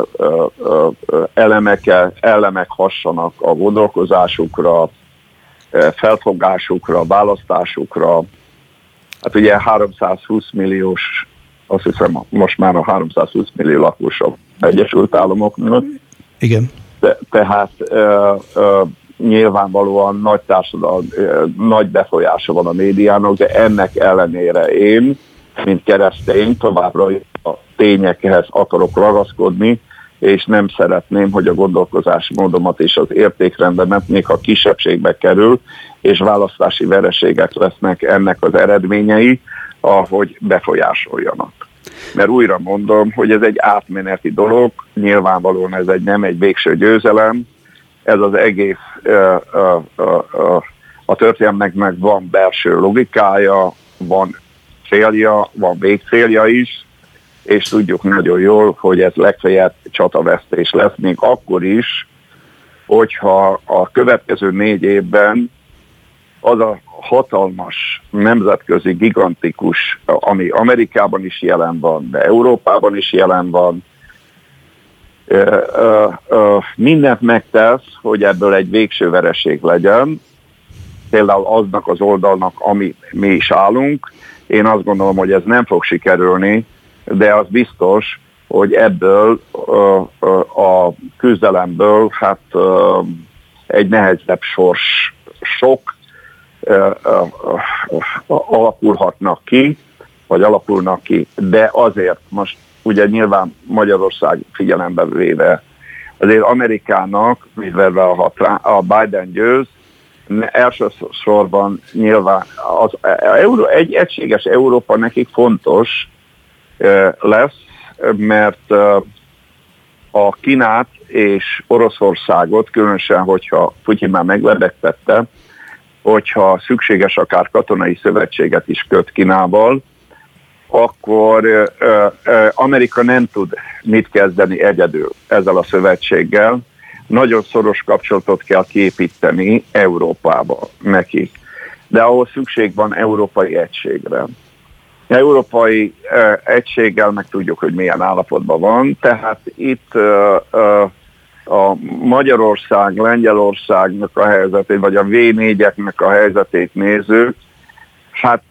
elemek hassanak a gondolkozásukra, felfogásukra, választásukra. Hát ugye 320 milliós, azt hiszem most már a 320 millió lakos az Egyesült Államoknak. Igen. Tehát nyilvánvalóan nagy társadalmi, nagy befolyása van a médiának, de ennek ellenére én, mint keresztény, továbbra a tényekhez akarok ragaszkodni, és nem szeretném, hogy a gondolkozásmódomat és az értékrendemet még ha kisebbségbe kerül, és választási vereségek lesznek ennek az eredményei, ahogy befolyásoljanak. Mert újra mondom, hogy ez egy átmeneti dolog, nyilvánvalóan ez nem egy végső győzelem, ez az egész a történelmnek meg van belső logikája, van célja, van végcélja is, és tudjuk nagyon jól, hogy ez legfeljebb csatavesztés lesz, még akkor is, hogyha a következő 4 évben az a hatalmas, nemzetközi, gigantikus, ami Amerikában is jelen van, de Európában is jelen van, mindent megtesz, hogy ebből egy végső vereség legyen, például aznak az oldalnak, ami mi is állunk. Én azt gondolom, hogy ez nem fog sikerülni, de az biztos, hogy ebből a küzdelemből egy nehezebb sok alakulhatnak ki, vagy alakulnak ki, de azért most ugye nyilván Magyarország figyelembe véve, azért Amerikának, mivel a Biden győz, elsősorban nyilván egy egységes Európa nekik fontos lesz, mert a Kínát és Oroszországot, különösen, hogyha Putyin már meglebegtette, hogyha szükséges akár katonai szövetséget is köt Kínával, akkor Amerika nem tud mit kezdeni egyedül ezzel a szövetséggel. Nagyon szoros kapcsolatot kell kiépíteni Európába nekik. de ahhoz szükség van európai egységre. Európai egységgel meg tudjuk, hogy milyen állapotban van, tehát itt a Magyarország, Lengyelországnak a helyzetét, vagy a V4-eknek a helyzetét nézzük, hát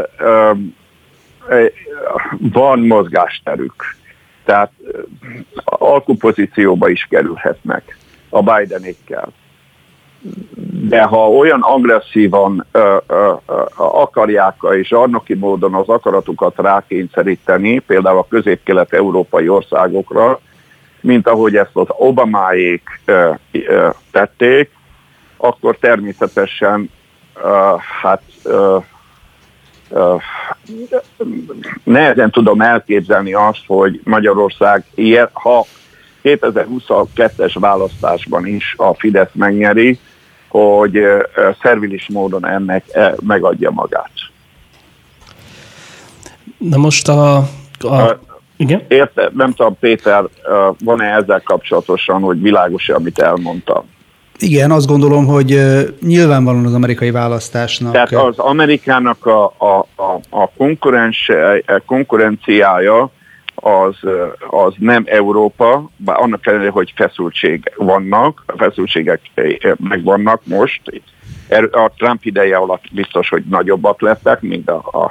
van mozgásterük. Tehát alkupozícióba is kerülhetnek a Bidenékkel. De ha olyan agresszívan akarják és zsarnoki módon az akaratukat rákényszeríteni, például a közép-kelet-európai országokra, mint ahogy ezt az Obamáék tették, akkor természetesen nehezen tudom elképzelni azt, hogy Magyarország ilyen, ha 2022-es választásban is a Fidesz megnyeri, hogy szervilis módon ennek megadja magát. Na most igen? Érte, nem tudom, Péter, van-e ezzel kapcsolatosan, hogy világos-e, amit elmondtam? Igen, azt gondolom, hogy nyilvánvalóan az amerikai választásnak... Tehát az Amerikának a konkurenciája az nem Európa, bár annak ellenére, hogy feszültségek megvannak most. A Trump ideje alatt biztos, hogy nagyobbak lettek, mint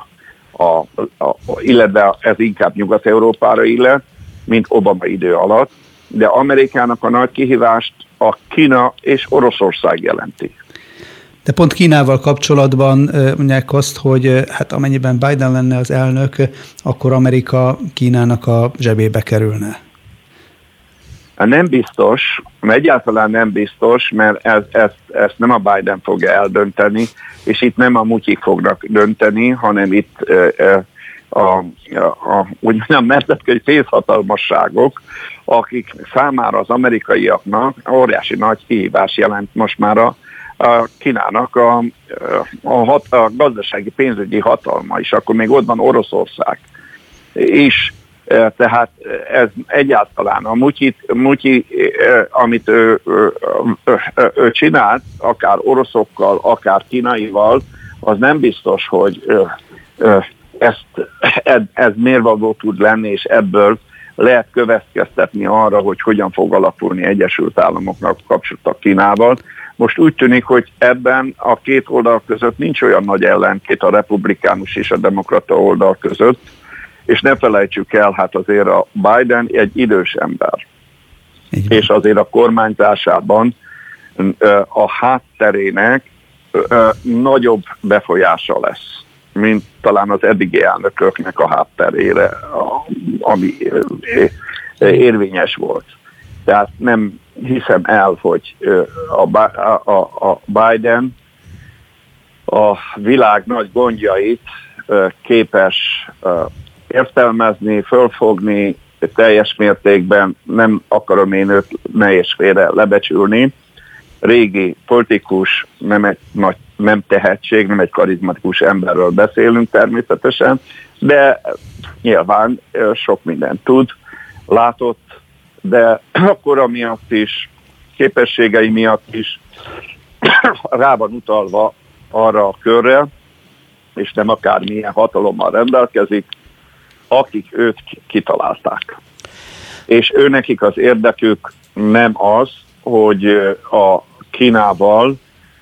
illetve ez inkább Nyugat-Európára illet, mint Obama idő alatt. De Amerikának a nagy kihívást a Kína és Oroszország jelenti. De pont Kínával kapcsolatban mondják azt, hogy hát amennyiben Biden lenne az elnök, akkor Amerika Kínának a zsebébe kerülne. Nem biztos, egyáltalán nem biztos, mert ezt nem a Biden fogja eldönteni, és itt nem a mutyik fognak dönteni, hanem itt a nemzetközi pénzhatalmasságok, akik számára az amerikaiaknak óriási nagy kihívás jelent most már a Kínának a gazdasági pénzügyi hatalma is, akkor még ott van Oroszország is. Tehát ez egyáltalán a mutyi amit ő csinált, akár oroszokkal, akár kínaival, az nem biztos, hogy ez mérvadó tud lenni, és ebből lehet következtetni arra, hogy hogyan fog alakulni Egyesült Államoknak kapcsolat Kínával. Most úgy tűnik, hogy ebben a két oldal között nincs olyan nagy ellentét a republikánus és a demokrata oldal között, és ne felejtsük el, hát azért a Biden egy idős ember. És azért a kormányzásában a hátterének nagyobb befolyása lesz, mint talán az eddigi elnököknek a hátterére, ami érvényes volt. Tehát nem hiszem el, hogy a Biden a világ nagy gondjait képes értelmezni, fölfogni teljes mértékben, nem akarom én őt nehéz félre lebecsülni. Régi politikus, nem tehetség, nem egy karizmatikus emberről beszélünk természetesen, de nyilván sok mindent tud, látott, de akkora miatt is, képességei miatt is rá van utalva arra a körre, és nem akármilyen hatalommal rendelkezik, akik őt kitalálták. És őnekik az érdekük nem az, hogy a Kínával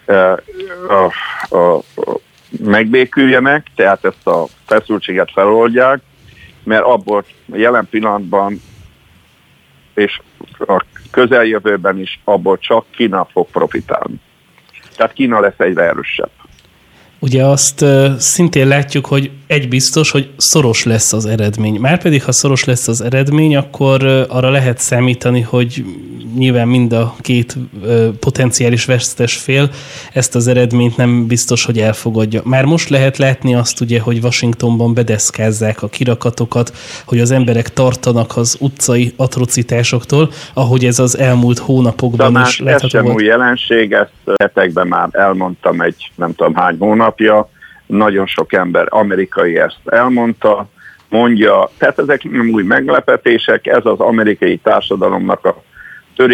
megbéküljenek, tehát ezt a feszültséget feloldják, mert abból jelen pillanatban és a közeljövőben is abból csak Kína fog profitálni. Tehát Kína lesz egyre erősebb. Ugye azt szintén látjuk, hogy egy biztos, hogy szoros lesz az eredmény. Márpedig, ha szoros lesz az eredmény, akkor arra lehet számítani, hogy nyilván mind a két potenciális vesztes fél ezt az eredményt nem biztos, hogy elfogadja. Már most lehet látni azt ugye, hogy Washingtonban bedeszkázzák a kirakatokat, hogy az emberek tartanak az utcai atrocitásoktól, ahogy ez az elmúlt hónapokban is látható volt. Ez sem új jelenség, ezt hetekben már elmondtam egy nem tudom hány hónapja, nagyon sok ember amerikai ezt elmondta, mondja, tehát ezek nem új meglepetések, ez az amerikai társadalomnak a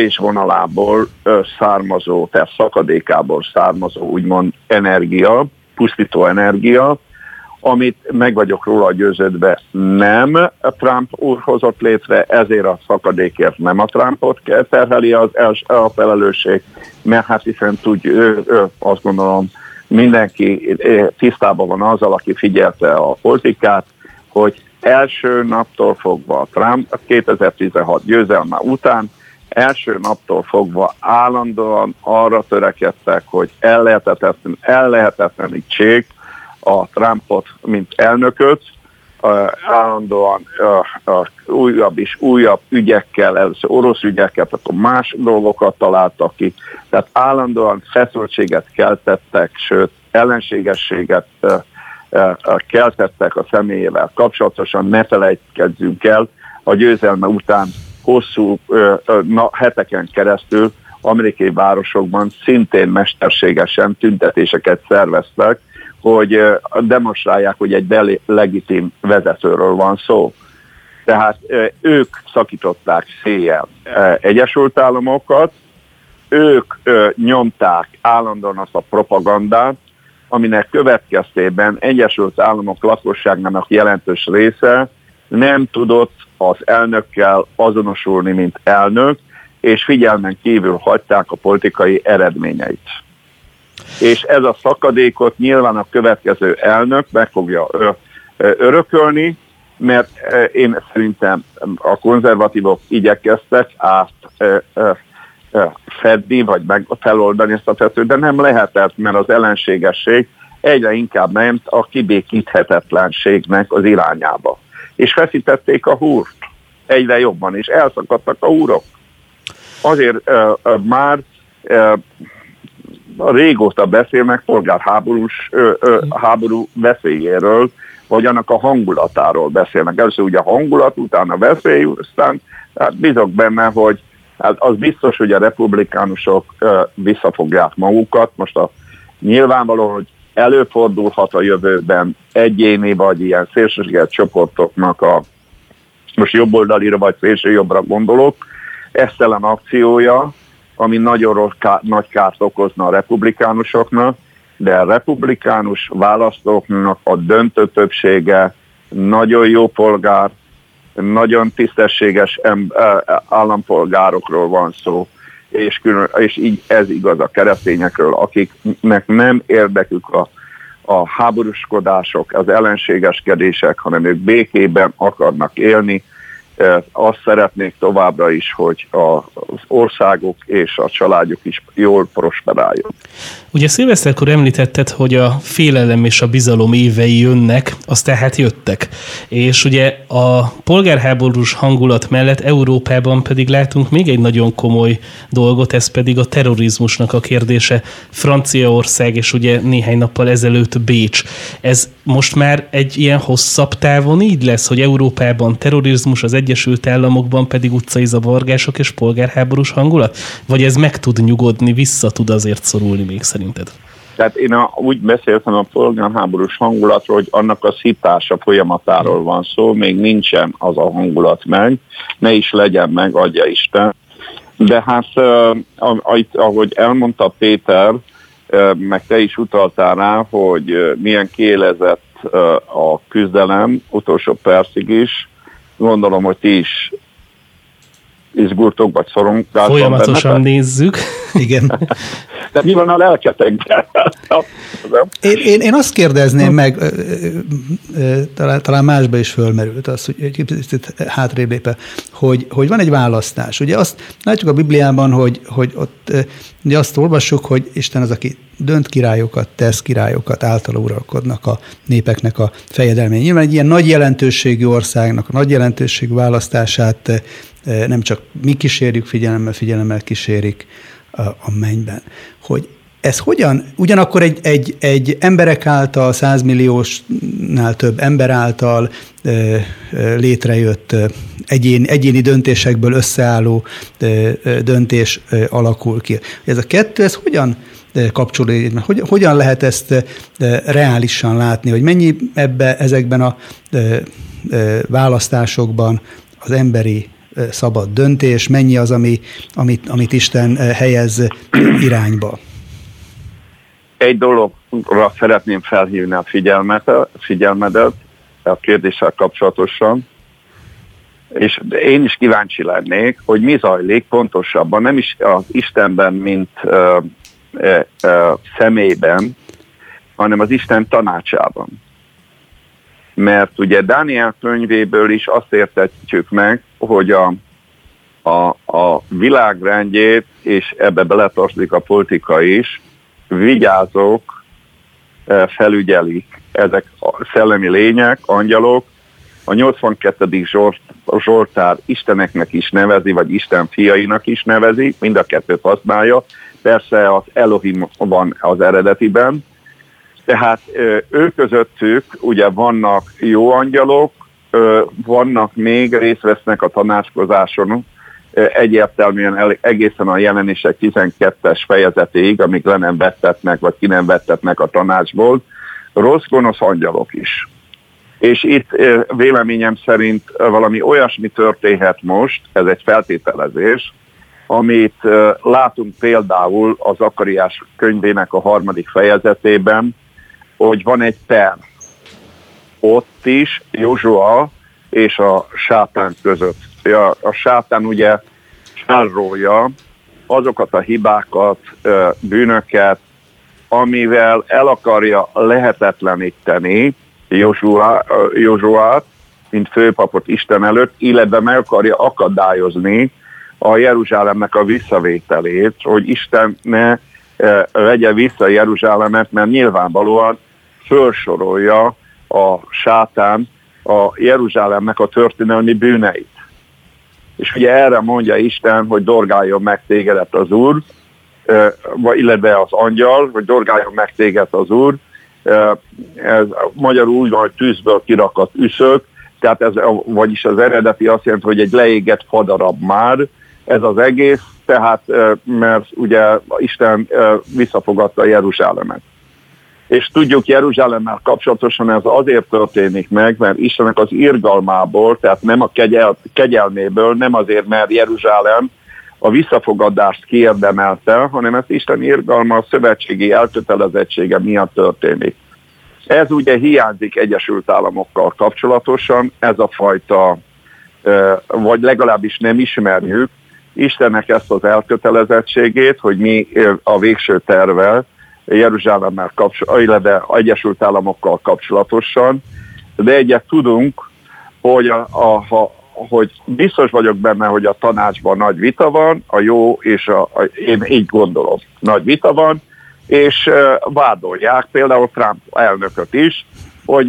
törésvonalából származó, tehát szakadékából származó úgymond energia, pusztító energia, amit meg vagyok róla győződve nem Trump úr hozott létre, ezért a szakadékért nem a Trumpot terheli a felelősség, mert hát hiszen azt gondolom mindenki tisztában van azzal, aki figyelte a politikát, hogy első naptól fogva Trump 2016 győzelme után első naptól fogva állandóan arra törekedtek, hogy ellehetetlenítsék a Trumpot, mint elnököt, állandóan újabb ügyekkel, először orosz ügyekkel, akkor más dolgokat találtak ki, tehát állandóan feszültséget keltettek, sőt ellenségességet keltettek a személyével kapcsolatosan. Ne felejtkezzünk el, a győzelme után hosszú heteken keresztül amerikai városokban szintén mesterségesen tüntetéseket szerveztek, hogy demonstrálják, hogy egy legitim vezetőről van szó. Tehát ők szakították széjjel Egyesült Államokat, ők nyomták állandóan azt a propagandát, aminek következtében Egyesült Államok lakosságának jelentős része nem tudott az elnökkel azonosulni, mint elnök, és figyelmen kívül hagyták a politikai eredményeit. És ez a szakadékot nyilván a következő elnök meg fogja örökölni, mert én szerintem a konzervatívok igyekeztek fedni, vagy feloldani ezt a tetőt, de nem lehetett, mert az ellenségesség egyre inkább ment a kibékíthetetlenségnek az irányába. És feszítették a húrt egyre jobban, és elszakadtak a húrok. Azért már régóta beszélnek háború veszélyéről, vagy annak a hangulatáról beszélnek. Először ugye a hangulat, utána a veszély, aztán hát bízok benne, hogy hát az biztos, hogy a republikánusok visszafogják magukat. Most nyilvánvaló, hogy előfordulhat a jövőben egyéni vagy ilyen szélsőséges csoportoknak most jobboldalira vagy szélső jobbra gondolok, esztelen akciója, ami nagyon nagy kárt okozna a republikánusoknak, de a republikánus választóknak a döntő többsége nagyon jó polgár, nagyon tisztességes állampolgárokról van szó, és így ez igaz a keresztényekről, akiknek nem érdekük a háborúskodások, az ellenségeskedések, hanem ők békében akarnak élni. Azt szeretnék továbbra is, hogy az országok és a családjuk is jól prosperáljon. Ugye szilveszterkor említetted, hogy a félelem és a bizalom évei jönnek, az tehát jöttek. És ugye a polgárháborús hangulat mellett Európában pedig látunk még egy nagyon komoly dolgot, ez pedig a terrorizmusnak a kérdése. Franciaország és ugye néhány nappal ezelőtt Bécs. Ez most már egy ilyen hosszabb távon így lesz, hogy Európában terrorizmus, az Egyesült Államokban pedig utcai zavargások és polgárháborús hangulat? Vagy ez meg tud nyugodni, vissza tud azért szorulni még szerinted? Tehát én úgy beszéltem a polgárháborús hangulatról, hogy annak a szítása folyamatáról van szó, még nincsen az a hangulat meg, ne is legyen meg, adja Isten. De hát, ahogy elmondta Péter, meg te is utaltál rá, hogy milyen kiélezett a küzdelem utolsó percig is. Gondolom, hogy ti is izgultok, vagy szorongáltok. Folyamatosan benne. Nézzük. Igen. De mi van a lelketekben? Én azt kérdezném meg, talán másba is fölmerült az, hogy hátrébb lépve, hogy van egy választás. Ugye azt látjuk a Bibliában, hogy ott ugye azt olvassuk, hogy Isten az, aki dönt királyokat, tesz királyokat, általa uralkodnak a népeknek a fejedelmei. Nyilván egy ilyen nagy jelentőségű országnak a nagy jelentőségű választását nem csak mi kísérjük figyelemmel kísérik a mennyben. Hogy ez hogyan, ugyanakkor egy emberek által, 100 milliósnál több ember által létrejött egyéni döntésekből összeálló döntés alakul ki. Ez a kettő, ez hogyan kapcsolódik? Hogyan lehet ezt reálisan látni, hogy mennyi ezekben a választásokban az emberi szabad döntés, mennyi az, amit Isten helyez irányba? Egy dolog szeretném felhívni a figyelmedet a kérdéssel kapcsolatosan, és én is kíváncsi lennék, hogy mi zajlik pontosabban, nem is az Istenben, mint személyben, hanem az Isten tanácsában. Mert ugye Dániel könyvéből is azt értetjük meg, hogy a világrendjét, és ebbe beletartozik a politika is, vigyázók felügyelik, ezek a szellemi lények, angyalok. A 82. Zsoltár Isteneknek is nevezi, vagy Isten fiainak is nevezi, mind a kettőt használja. Persze az Elohim van az eredetiben, tehát ők közöttük ugye vannak jó angyalok, vannak még, részt vesznek a tanácskozáson, egyértelműen egészen a Jelenések 12-es fejezetéig, amíg le nem vettetnek, vagy ki nem vettetnek a tanácsból, rossz-gonosz angyalok is. És itt véleményem szerint valami olyasmi történhet most, ez egy feltételezés, amit látunk például az Zakariás könyvének a 3. fejezetében, hogy van egy per. Ott is Józsua és a sátán között. A sátán ugye felrólja azokat a hibákat, bűnöket, amivel el akarja lehetetleníteni Józsuát, mint főpapot Isten előtt, illetve meg akarja akadályozni a Jeruzsálemnek a visszavételét, hogy Isten ne vegye vissza Jeruzsálemet, mert nyilvánvalóan felsorolja a sátán a Jeruzsálemnek a történelmi bűneit. És ugye erre mondja Isten, hogy dorgáljon meg tégedet az Úr, illetve az angyal, hogy dorgáljon meg téged az Úr. Ez magyarul úgy van, hogy tűzből kirakat üszök, tehát vagyis az eredeti azt jelenti, hogy egy leégett fadarab már, ez az egész, tehát mert ugye Isten visszafogadta Jeruzsálemet. És tudjuk, Jeruzsálemmel kapcsolatosan ez azért történik meg, mert Istennek az irgalmából, tehát nem a kegyelméből, nem azért, mert Jeruzsálem a visszafogadást kiérdemelte, hanem ez Isten irgalma a szövetségi elkötelezettsége miatt történik. Ez ugye hiányzik Egyesült Államokkal kapcsolatosan, ez a fajta, vagy legalábbis nem ismerjük Istennek ezt az elkötelezettségét, hogy mi a végső terve Jeruzsálemmel kapcsolatosan, illetve Egyesült Államokkal kapcsolatosan, de egyet tudunk, hogy, hogy biztos vagyok benne, hogy a tanácsban nagy vita van, a jó és én így gondolom, nagy vita van, és vádolják például Trump elnököt is, hogy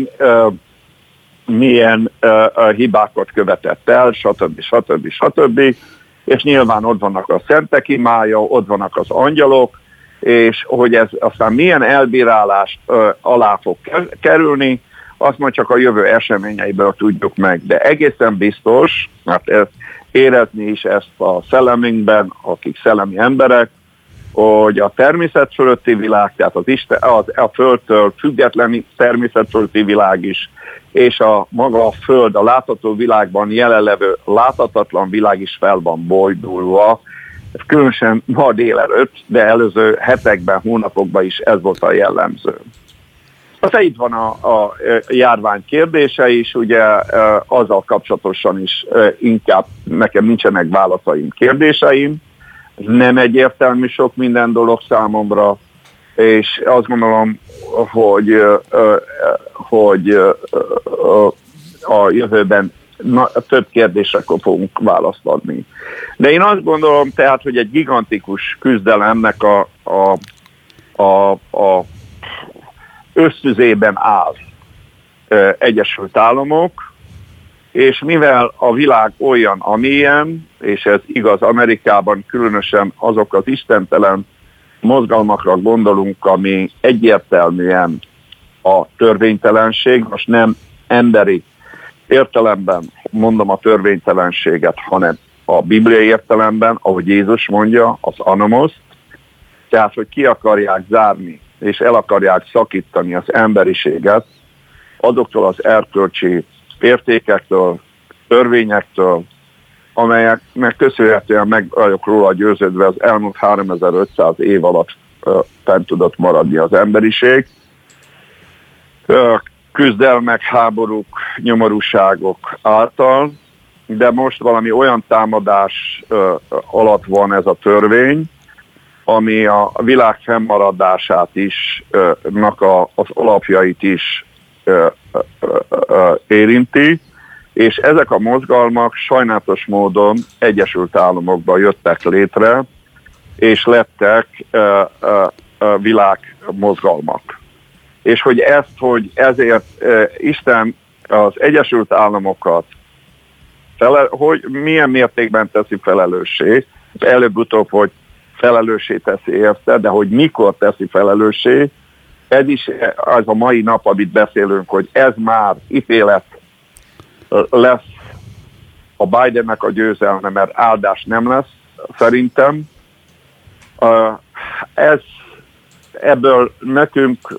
milyen hibákat követett el, stb. És nyilván ott vannak a szentek imája, ott vannak az angyalok, és hogy ez aztán milyen elbírálást alá fog kerülni, azt majd csak a jövő eseményeiből tudjuk meg. De egészen biztos, mert érezni is ezt a szellemünkben, akik szellemi emberek, hogy a természet fölötti világ, tehát a Földtől független természet fölötti világ is, és a maga a Föld, a látható világban jelenlevő láthatatlan világ is fel van bojdulva. Különösen ma délelőtt, de előző hetekben, hónapokban is ez volt a jellemző. Aztán itt van a járvány kérdése is, ugye azzal kapcsolatosan is inkább nekem nincsenek válaszaim, kérdéseim. Nem egyértelmű sok minden dolog számomra, és azt gondolom, hogy a jövőben több kérdésre fogunk választ adni. De én azt gondolom tehát, hogy egy gigantikus küzdelemnek a ösztüzében áll Egyesült Államok, és mivel a világ olyan, amilyen, és ez igaz Amerikában, különösen azok az istentelen mozgalmakra gondolunk, ami egyértelműen a törvénytelenség, most nem emberi értelemben mondom a törvénytelenséget, hanem a bibliai értelemben, ahogy Jézus mondja, az anomoszt, tehát, hogy ki akarják zárni, és el akarják szakítani az emberiséget azoktól az erkölcsi értékektől, törvényektől, amelyeknek köszönhetően meg vagyok róla győződve az elmúlt 3500 év alatt fent tudott maradni az emberiség. Küzdelmek, háborúk, nyomorúságok által, de most valami olyan támadás alatt van ez a törvény, ami a világ fennmaradását is, az alapjait is érinti, és ezek a mozgalmak sajnálatos módon Egyesült Államokban jöttek létre, és lettek világmozgalmak. És hogy ezért Isten az Egyesült Államokat hogy milyen mértékben teszi felelőssé, előbb-utóbb, hogy felelőssé teszi érte, de hogy mikor teszi felelőssé, ez is az a mai nap, amit beszélünk, hogy ez már ítélet lesz a Bidennek a győzelme, mert áldás nem lesz, szerintem. Ebből nekünk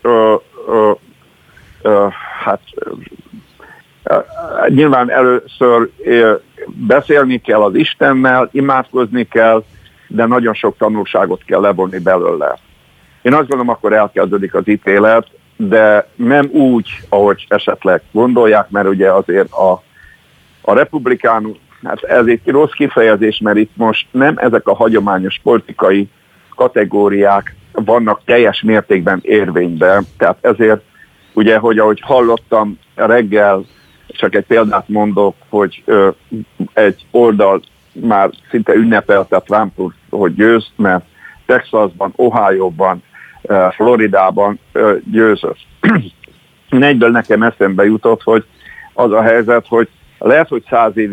nyilván először beszélni kell az Istennel, imádkozni kell, de nagyon sok tanulságot kell levonni belőle. Én azt gondolom, akkor elkezdődik az ítélet, de nem úgy, ahogy esetleg gondolják, mert ugye azért a republikánus, hát ez egy rossz kifejezés, mert itt most nem ezek a hagyományos politikai kategóriák vannak teljes mértékben érvényben, tehát ezért ugye, hogy ahogy hallottam reggel, csak egy példát mondok, hogy egy oldal már szinte ünnepelte Trump, hogy győz, mert Texasban, Ohioban, Floridában győzött. Egyből nekem eszembe jutott, hogy az a helyzet, hogy lehet, hogy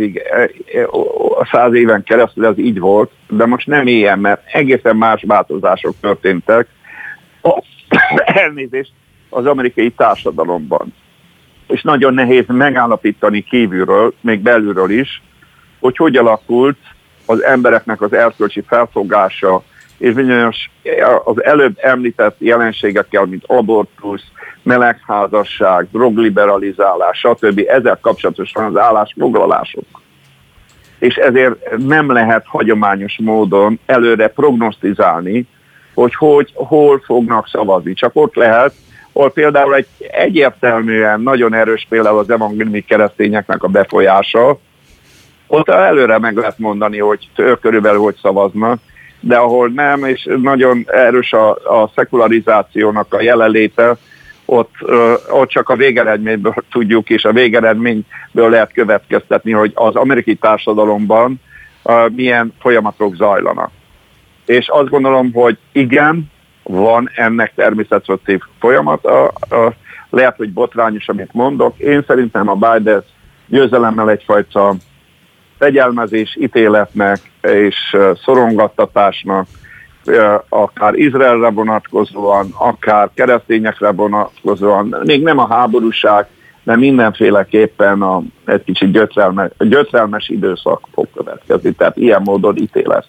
100 éven keresztül ez így volt, de most nem ilyen, mert egészen más változások történtek. Elnézést az amerikai társadalomban. És nagyon nehéz megállapítani kívülről, még belülről is, hogy alakult az embereknek az erkölcsi felfogása, és bizonyos az előbb említett jelenségekkel, mint abortusz, melegházasság, drogliberalizálás, stb. Ezzel kapcsolatosan az állásfoglalások. És ezért nem lehet hagyományos módon előre prognosztizálni, hogy hol fognak szavazni. Csak ott lehet, ahol például egy egyértelműen nagyon erős például az evangéliumi keresztényeknek a befolyása, ott előre meg lehet mondani, hogy körülbelül hogy szavaznak, de ahol nem, és nagyon erős a szekularizációnak a jelenléte, ott csak a végeredményből tudjuk, és a végeredményből lehet következtetni, hogy az amerikai társadalomban milyen folyamatok zajlanak. És azt gondolom, hogy igen, van ennek természetszerűen folyamata, lehet, hogy botrányos, amit mondok. Én szerintem a Biden győzelemmel egyfajta fegyelmezés, ítéletnek és szorongattatásnak, akár Izraelre vonatkozóan, akár keresztényekre vonatkozóan, még nem a háborúság, de mindenféleképpen egy kicsit gyötrelmes időszak fog következni, tehát ilyen módon ítélet.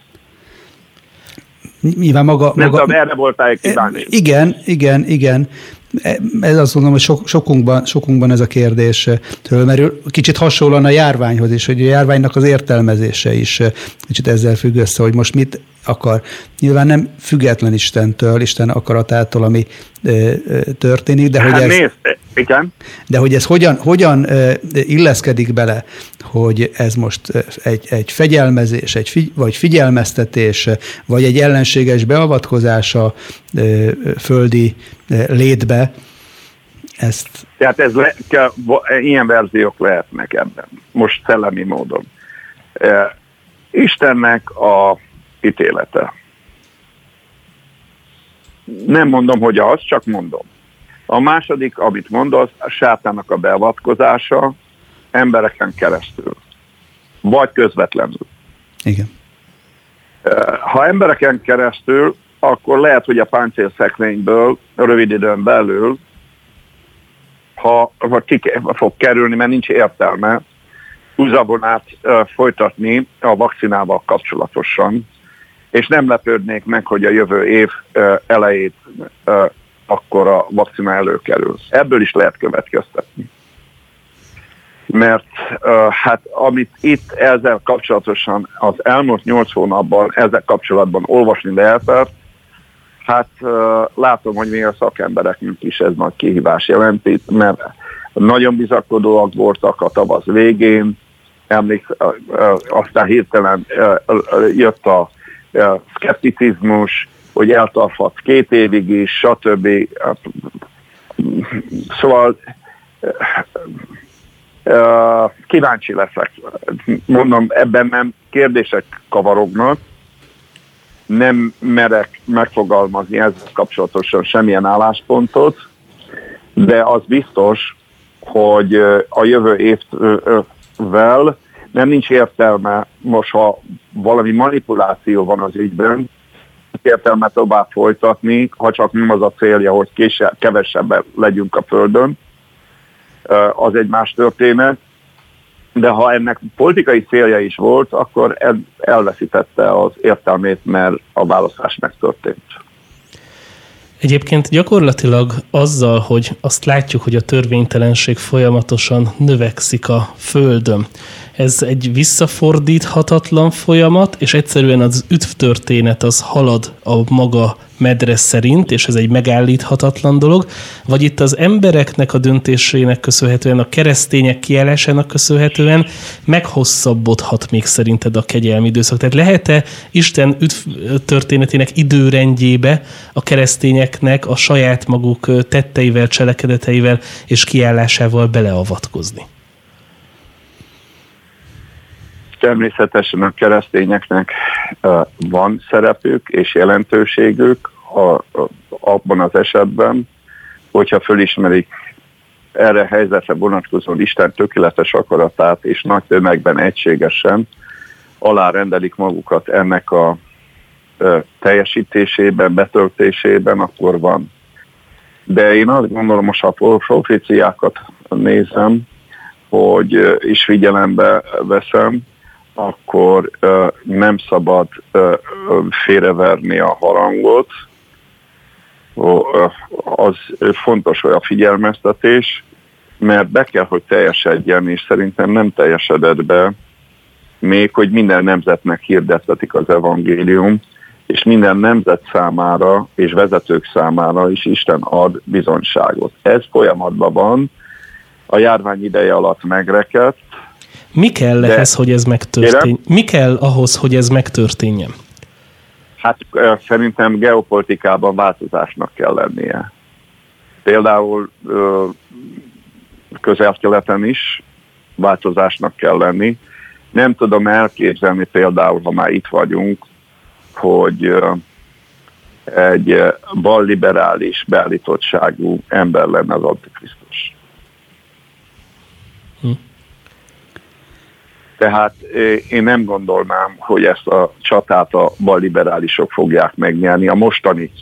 Nyilván maga... Nem tudom, erre voltál kívánni. Igen. Ez azt mondom, hogy sokunkban ez a kérdés fölmerül. Kicsit hasonlóan a járványhoz is, hogy a járványnak az értelmezése is kicsit ezzel függ össze, hogy most mit akar. Nyilván nem független Istentől, Isten akaratától, ami történik, de hogy de hogy ez hogyan illeszkedik bele, hogy ez most egy fegyelmezés, vagy figyelmeztetés, vagy egy ellenséges beavatkozás a földi létbe, ezt... Tehát ilyen verziók lehetnek ebben, most szellemi módon. Istennek a ítélete. Nem mondom, hogy az, csak mondom. A második, amit mondasz, a sátának a beavatkozása embereken keresztül. Vagy közvetlenül. Igen. Ha embereken keresztül, akkor lehet, hogy a páncélszekrényből rövid időn belül, ha ki fog kerülni, mert nincs értelme, húzavonát folytatni a vakcinával kapcsolatosan, és nem lepődnék meg, hogy a jövő év elejét akkor a vakcina előkerül. Ebből is lehet következtetni. Mert hát amit itt ezzel kapcsolatosan az elmúlt 8 hónapban ezzel kapcsolatban olvasni lehetett, Hát látom, hogy még a szakembereknek is ez nagy kihívás jelenti, mert nagyon bizakodóak voltak a tavasz végén, aztán hirtelen jött a szkepticizmus, hogy eltarthat 2 évig is, stb. Szóval kíváncsi leszek. Mondom, ebben nem kérdések kavarognak, nem merek megfogalmazni ezzel kapcsolatosan semmilyen álláspontot, de az biztos, hogy a jövő évvel nem nincs értelme, most ha valami manipuláció van az ügyben, értelme tovább folytatni, ha csak nem az a célja, hogy kevesebben legyünk a Földön, az egy más történet, de ha ennek politikai célja is volt, akkor elveszítette az értelmét, mert a választás megtörtént. Egyébként gyakorlatilag azzal, hogy azt látjuk, hogy a törvénytelenség folyamatosan növekszik a Földön, ez egy visszafordíthatatlan folyamat, és egyszerűen az üdvtörténet az halad a maga medre szerint, és ez egy megállíthatatlan dolog, vagy itt az embereknek a döntésének köszönhetően, a keresztények kiállásának köszönhetően meghosszabbodhat még szerinted a kegyelmi időszak? Tehát lehet-e Isten üdvtörténetének időrendjébe a keresztényeknek a saját maguk tetteivel, cselekedeteivel és kiállásával beleavatkozni? Természetesen a keresztényeknek van szerepük és jelentőségük abban az esetben, hogyha fölismerik erre helyzetre vonatkozóan Isten tökéletes akaratát, és nagy tömegben egységesen alárendelik magukat ennek a teljesítésében, betöltésében, akkor van. De én azt gondolom, most a proféciákat nézem, hogy is figyelembe veszem, akkor nem szabad félreverni a harangot. Az fontos, hogy a figyelmeztetés, mert be kell, hogy teljesedjen, és szerintem nem teljesedett be, még hogy minden nemzetnek hirdettetik az evangélium, és minden nemzet számára és vezetők számára is Isten ad bizonyságot. Ez folyamatban van, a járvány ideje alatt megrekedt. Mi kell ehhez, hogy ez megtörténjen? Mi kell ahhoz, hogy ez megtörténjen? Hát szerintem geopolitikában változásnak kell lennie. Például Közel-Keleten is változásnak kell lenni. Nem tudom elképzelni például, ha már itt vagyunk, hogy egy balliberális beállítottságú ember lenne az Antikrisztus. Tehát én nem gondolnám, hogy ezt a csatát a balliberálisok fogják megnyerni. A mostani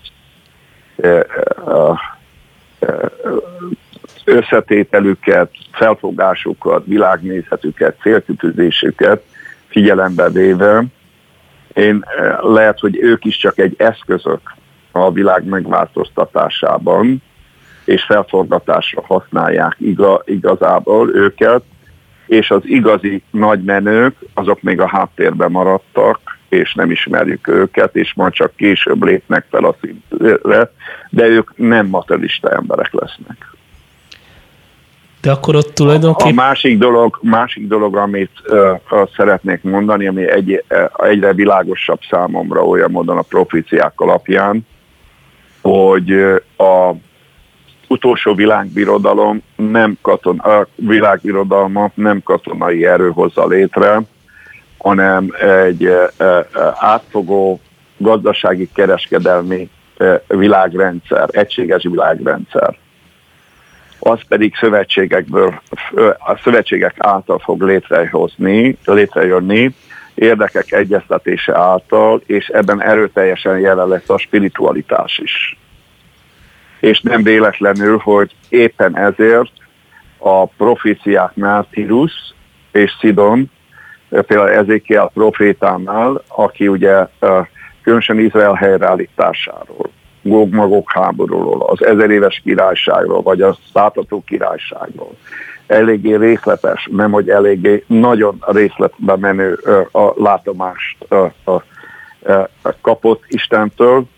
összetételüket, felfogásukat, világnézetüket, célkitűzésüket figyelembe véve, lehet, hogy ők is csak egy eszközök a világ megváltoztatásában, és felforgatásra használják igazából őket, és az igazi nagymenők, azok még a háttérben maradtak, és nem ismerjük őket, és majd csak később lépnek fel a szintre, de ők nem materialista emberek lesznek. De akkor ott tulajdonképpen... A másik dolog, amit szeretnék mondani, ami egyre világosabb számomra olyan módon a proféciák alapján, hogy a utolsó világbirodalom világbirodalmat nem katonai erő hozza létre, hanem egy átfogó gazdasági, kereskedelmi világrendszer, egységes világrendszer. Az pedig a szövetségek által fog létrejönni, érdekek egyeztetése által, és ebben erőteljesen jelen lesz a spiritualitás is. És nem véletlenül, hogy éppen ezért a proféciáknál Tírus és Szidon, például Ezékiel profétánál, aki ugye különösen Izrael helyreállításáról, Góg-Magog háborúról, az 1000 éves királyságról, vagy a Szátható királyságról eléggé részletes, nem hogy eléggé nagyon részletbe menő a látomást kapott Istentől,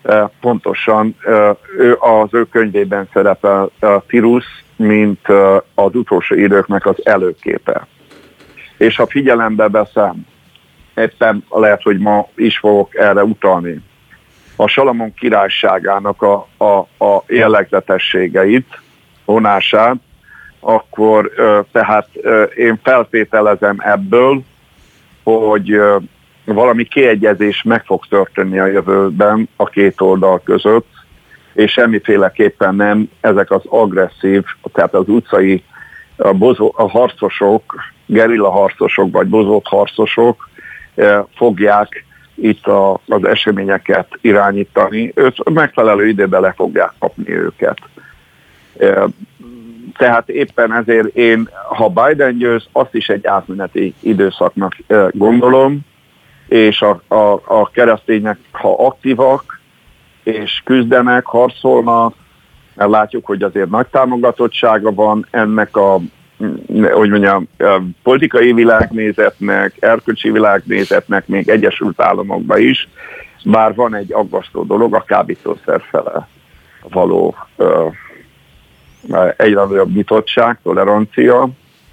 pontosan az ő könyvében szerepel Tirus, mint az utolsó időknek az előképe. És ha figyelembe veszem, éppen lehet, hogy ma is fogok erre utalni, a Salamon királyságának a jellegzetességeit, vonását, akkor tehát én feltételezem ebből, hogy valami kiegyezés meg fog történni a jövőben a két oldal között, és semmiféleképpen nem ezek az agresszív, tehát az utcai a harcosok, gerilla harcosok vagy bozott harcosok fogják itt az eseményeket irányítani. Őt megfelelő időben le fogják kapni őket. Tehát éppen ezért én, ha Biden győz, azt is egy átmeneti időszaknak gondolom, és a keresztények, ha aktívak, és küzdenek, harcolnak, mert látjuk, hogy azért nagy támogatottsága van ennek a politikai világnézetnek, erkölcsi világnézetnek, még Egyesült Államokban is, bár van egy aggasztó dolog, a kábítószer fele való egyre nagyobb nyitottság, tolerancia,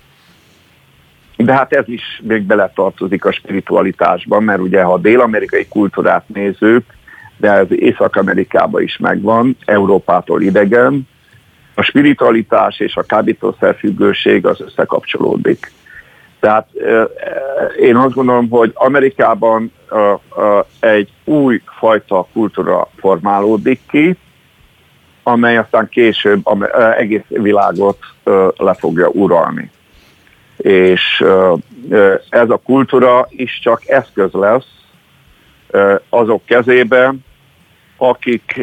de hát ez is még beletartozik a spiritualitásban, mert ugye ha a dél-amerikai kultúrát nézzük, de ez Észak-Amerikában is megvan, Európától idegen, a spiritualitás és a kábítószerfüggőség az összekapcsolódik. Tehát én azt gondolom, hogy Amerikában egy új fajta kultúra formálódik ki, amely aztán később egész világot le fogja uralni. És ez a kultúra is csak eszköz lesz azok kezében, akik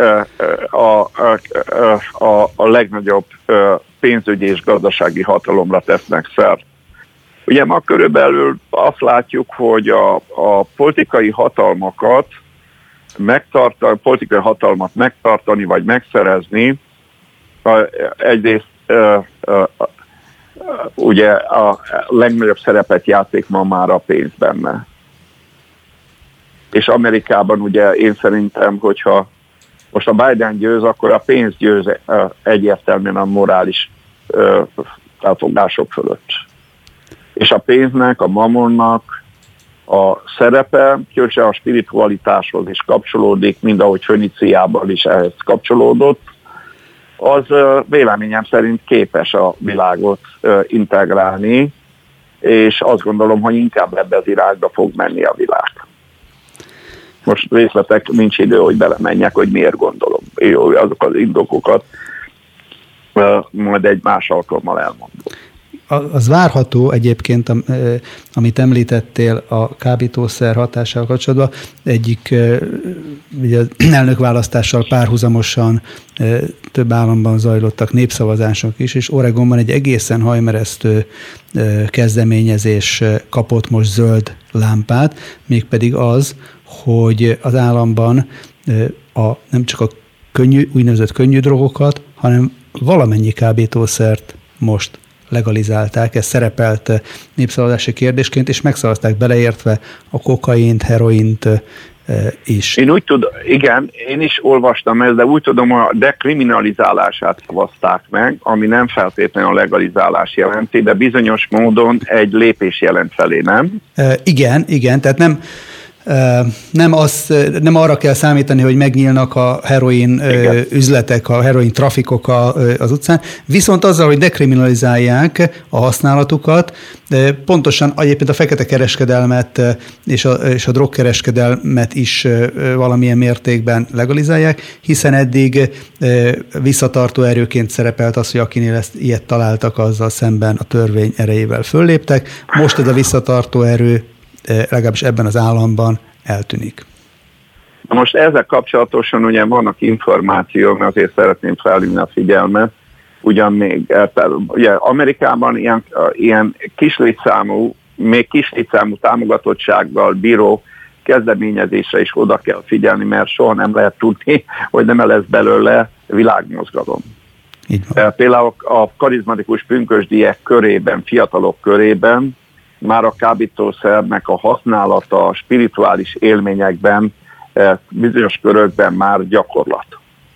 a legnagyobb pénzügyi és gazdasági hatalomra tesznek szert. Ugye ma körülbelül azt látjuk, hogy a politikai hatalmat megtartani vagy megszerezni egyrészt ugye a legnagyobb szerepet játszik ma már a pénz benne. És Amerikában ugye én szerintem, hogyha most a Biden győz, akkor a pénz győz egyértelműen a morális felfogások fölött. És a pénznek, a mamonnak a szerepe, különösen a spiritualitáshoz is kapcsolódik, mind ahogy Föníciában is ehhez kapcsolódott, az véleményem szerint képes a világot integrálni, és azt gondolom, hogy inkább ebbe az irányba fog menni a világ. Most részletek, nincs idő, hogy belemenjek, hogy miért gondolom. Jó, azok az indokokat majd egy más alkalommal elmondom. Az várható egyébként, amit említettél a kábítószer hatásával kapcsolatban, egyik ugye, elnökválasztással párhuzamosan több államban zajlottak népszavazások is, és Oregonban egy egészen hajmeresztő kezdeményezés kapott most zöld lámpát, mégpedig az, hogy az államban nem csak a úgynevezett könnyű drogokat, hanem valamennyi kábítószert most legalizálták. Ez szerepelt népszavazási kérdésként, és megszavazták beleértve a kokaint, heroint is. Én is olvastam ezt, de úgy tudom, a dekriminalizálását szavazták meg, ami nem feltétlenül a legalizálás jelenti, de bizonyos módon egy lépés jelent felé, nem? Igen, tehát nem arra kell számítani, hogy megnyílnak a heroin üzletek, a heroin trafikok az utcán, viszont azzal, hogy dekriminalizálják a használatukat, pontosan egyébként a fekete kereskedelmet és a drogkereskedelmet is valamilyen mértékben legalizálják, hiszen eddig visszatartó erőként szerepelt az, hogy akinél ezt ilyet találtak, azzal szemben a törvény erejével fölléptek. Most ez a visszatartó erő legalábbis ebben az államban eltűnik. Most ezzel kapcsolatosan ugye vannak információk, mert azért szeretném felhívni a figyelmet, ugye Amerikában ilyen még kislétszámú támogatottsággal bíró kezdeményezésre is oda kell figyelni, mert soha nem lehet tudni, hogy nem lesz belőle világmozgalom. Például a karizmatikus pünkösdiek körében, fiatalok körében már a kábítószernek a használata a spirituális élményekben bizonyos körökben már gyakorlat.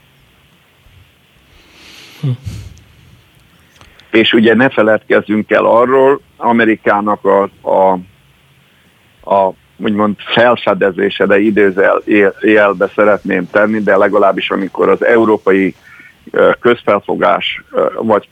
És ugye ne feledkezzünk el arról, Amerikának a úgymond felfedezése, de idézőjelbe szeretném tenni, de legalábbis amikor az európai közfelfogás vagy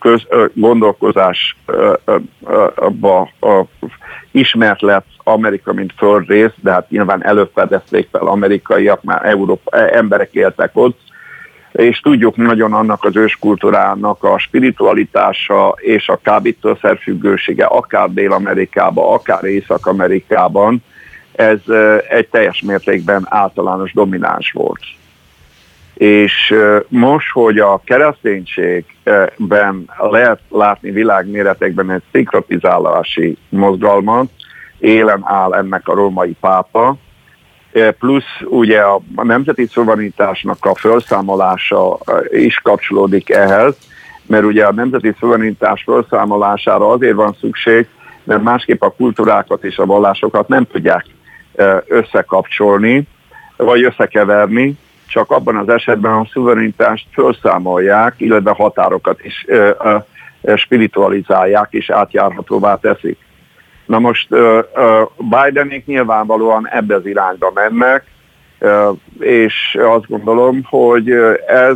gondolkozásba ismert lett Amerika, mint földrész, de hát nyilván előbb fedezték fel amerikaiak, már emberek éltek ott, és tudjuk nagyon annak az őskultúrának a spiritualitása és a kábítószerfüggősége, akár Dél-Amerikában, akár Észak-Amerikában, ez egy teljes mértékben általános domináns volt. És most, hogy a kereszténységben lehet látni világméretekben egy szinkretizálási mozgalmat, élen áll ennek a római pápa, plusz ugye a nemzeti szuverenitásnak a felszámolása is kapcsolódik ehhez, mert ugye a nemzeti szuverenitás felszámolására azért van szükség, mert másképp a kultúrákat és a vallásokat nem tudják összekapcsolni, vagy összekeverni, csak abban az esetben a szuverenitást felszámolják, illetve határokat is spiritualizálják és átjárhatóvá teszik. Na most Bidenék nyilvánvalóan ebbe az irányba mennek, és azt gondolom, hogy ez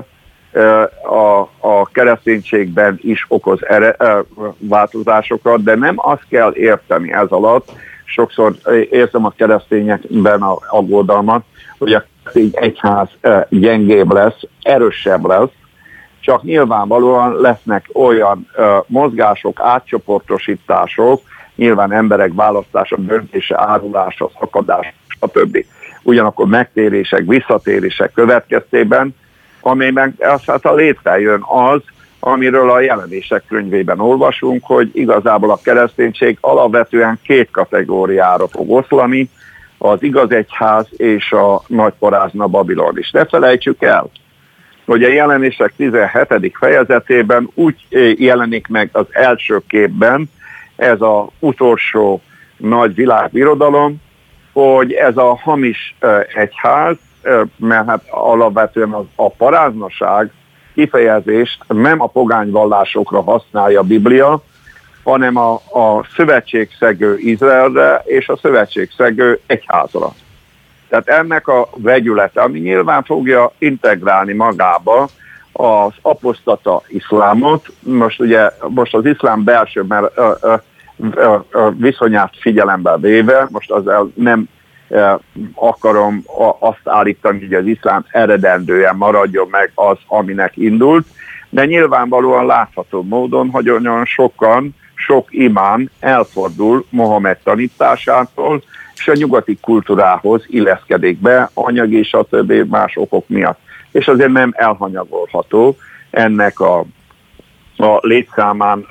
a kereszténységben is okoz változásokat, de nem azt kell érteni ez alatt, sokszor érzem a keresztényekben a aggodalmat, hogy a keresztény egyház gyengébb lesz, erősebb lesz, csak nyilvánvalóan lesznek olyan mozgások, átcsoportosítások, nyilván emberek választása, döntése, árulása, szakadása, stb. Ugyanakkor megtérések, visszatérések következtében, amelyben aztán létrejön az, amiről a Jelenések könyvében olvasunk, hogy igazából a kereszténység alapvetően két kategóriára fog oszlani, az igaz egyház és a nagy parázna Babilon is. Ne felejtsük el, hogy a Jelenések 17. fejezetében úgy jelenik meg az első képben ez az utolsó nagy világbirodalom, hogy ez a hamis egyház, mert hát alapvetően a paráznaság kifejezést nem a pogányvallásokra használja a Biblia, hanem a szövetségszegő Izraelre és a szövetségszegő egyházra. Tehát ennek a vegyülete, ami nyilván fogja integrálni magába az apostata iszlámot, most az iszlám belső viszonyát figyelembe véve, most azzal nem akarom azt állítani, hogy az iszlám eredendően maradjon meg az, aminek indult, de nyilvánvalóan látható módon, hogy olyan sok imám elfordul Mohamed tanításától, és a nyugati kultúrához illeszkedik be, anyagi és a többi más okok miatt. És azért nem elhanyagolható ennek a létszámában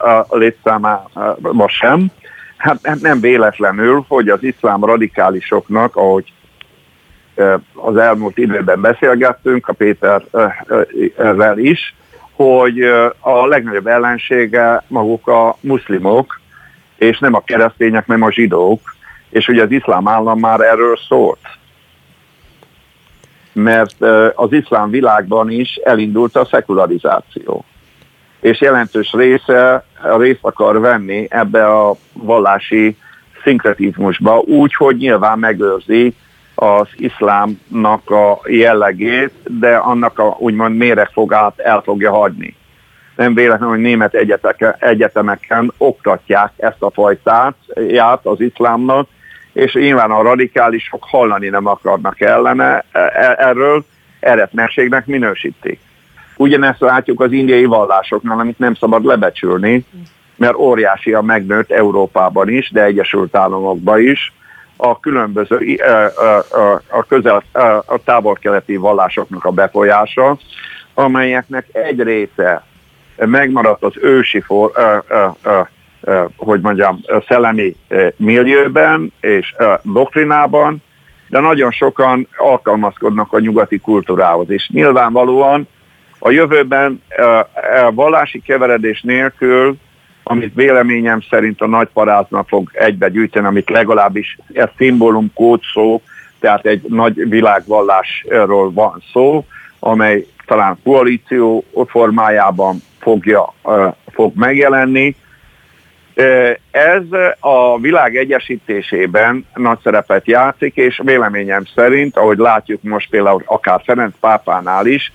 sem. Hát nem véletlenül, hogy az iszlám radikálisoknak, ahogy az elmúlt időben beszélgettünk, a Péterrel is, hogy a legnagyobb ellensége maguk a muszlimok, és nem a keresztények, nem a zsidók, és ugye az iszlám állam már erről szólt. Mert az iszlám világban is elindult a szekularizáció. És jelentős részt akar venni ebbe a vallási szinkretizmusba, úgy, hogy nyilván megőrzi az iszlámnak a jellegét, de annak a úgymond méregfogát el fogja hagyni. Nem véletlenül, hogy német egyetemeken oktatják ezt a fajtát az iszlámnak, és nyilván a radikálisok hallani nem akarnak ellene, erről eretnekségnek minősítik. Ugyanezt látjuk az indiai vallásoknál, amit nem szabad lebecsülni, mert óriási a megnőtt Európában is, de Egyesült Államokban is a különböző a távol-keleti vallásoknak a befolyása, amelyeknek egy része megmaradt az ősi szellemi millióben és doktrinában, de nagyon sokan alkalmazkodnak a nyugati kultúrához. És nyilvánvalóan a jövőben vallási keveredés nélkül, amit véleményem szerint a nagy parázna fog egybegyűjteni, amit legalábbis ez szimbólum, kódszó, tehát egy nagy világvallásról van szó, amely talán koalíció formájában fog megjelenni. Ez a világ egyesítésében nagy szerepet játszik, és véleményem szerint, ahogy látjuk most például akár Ferenc pápánál is,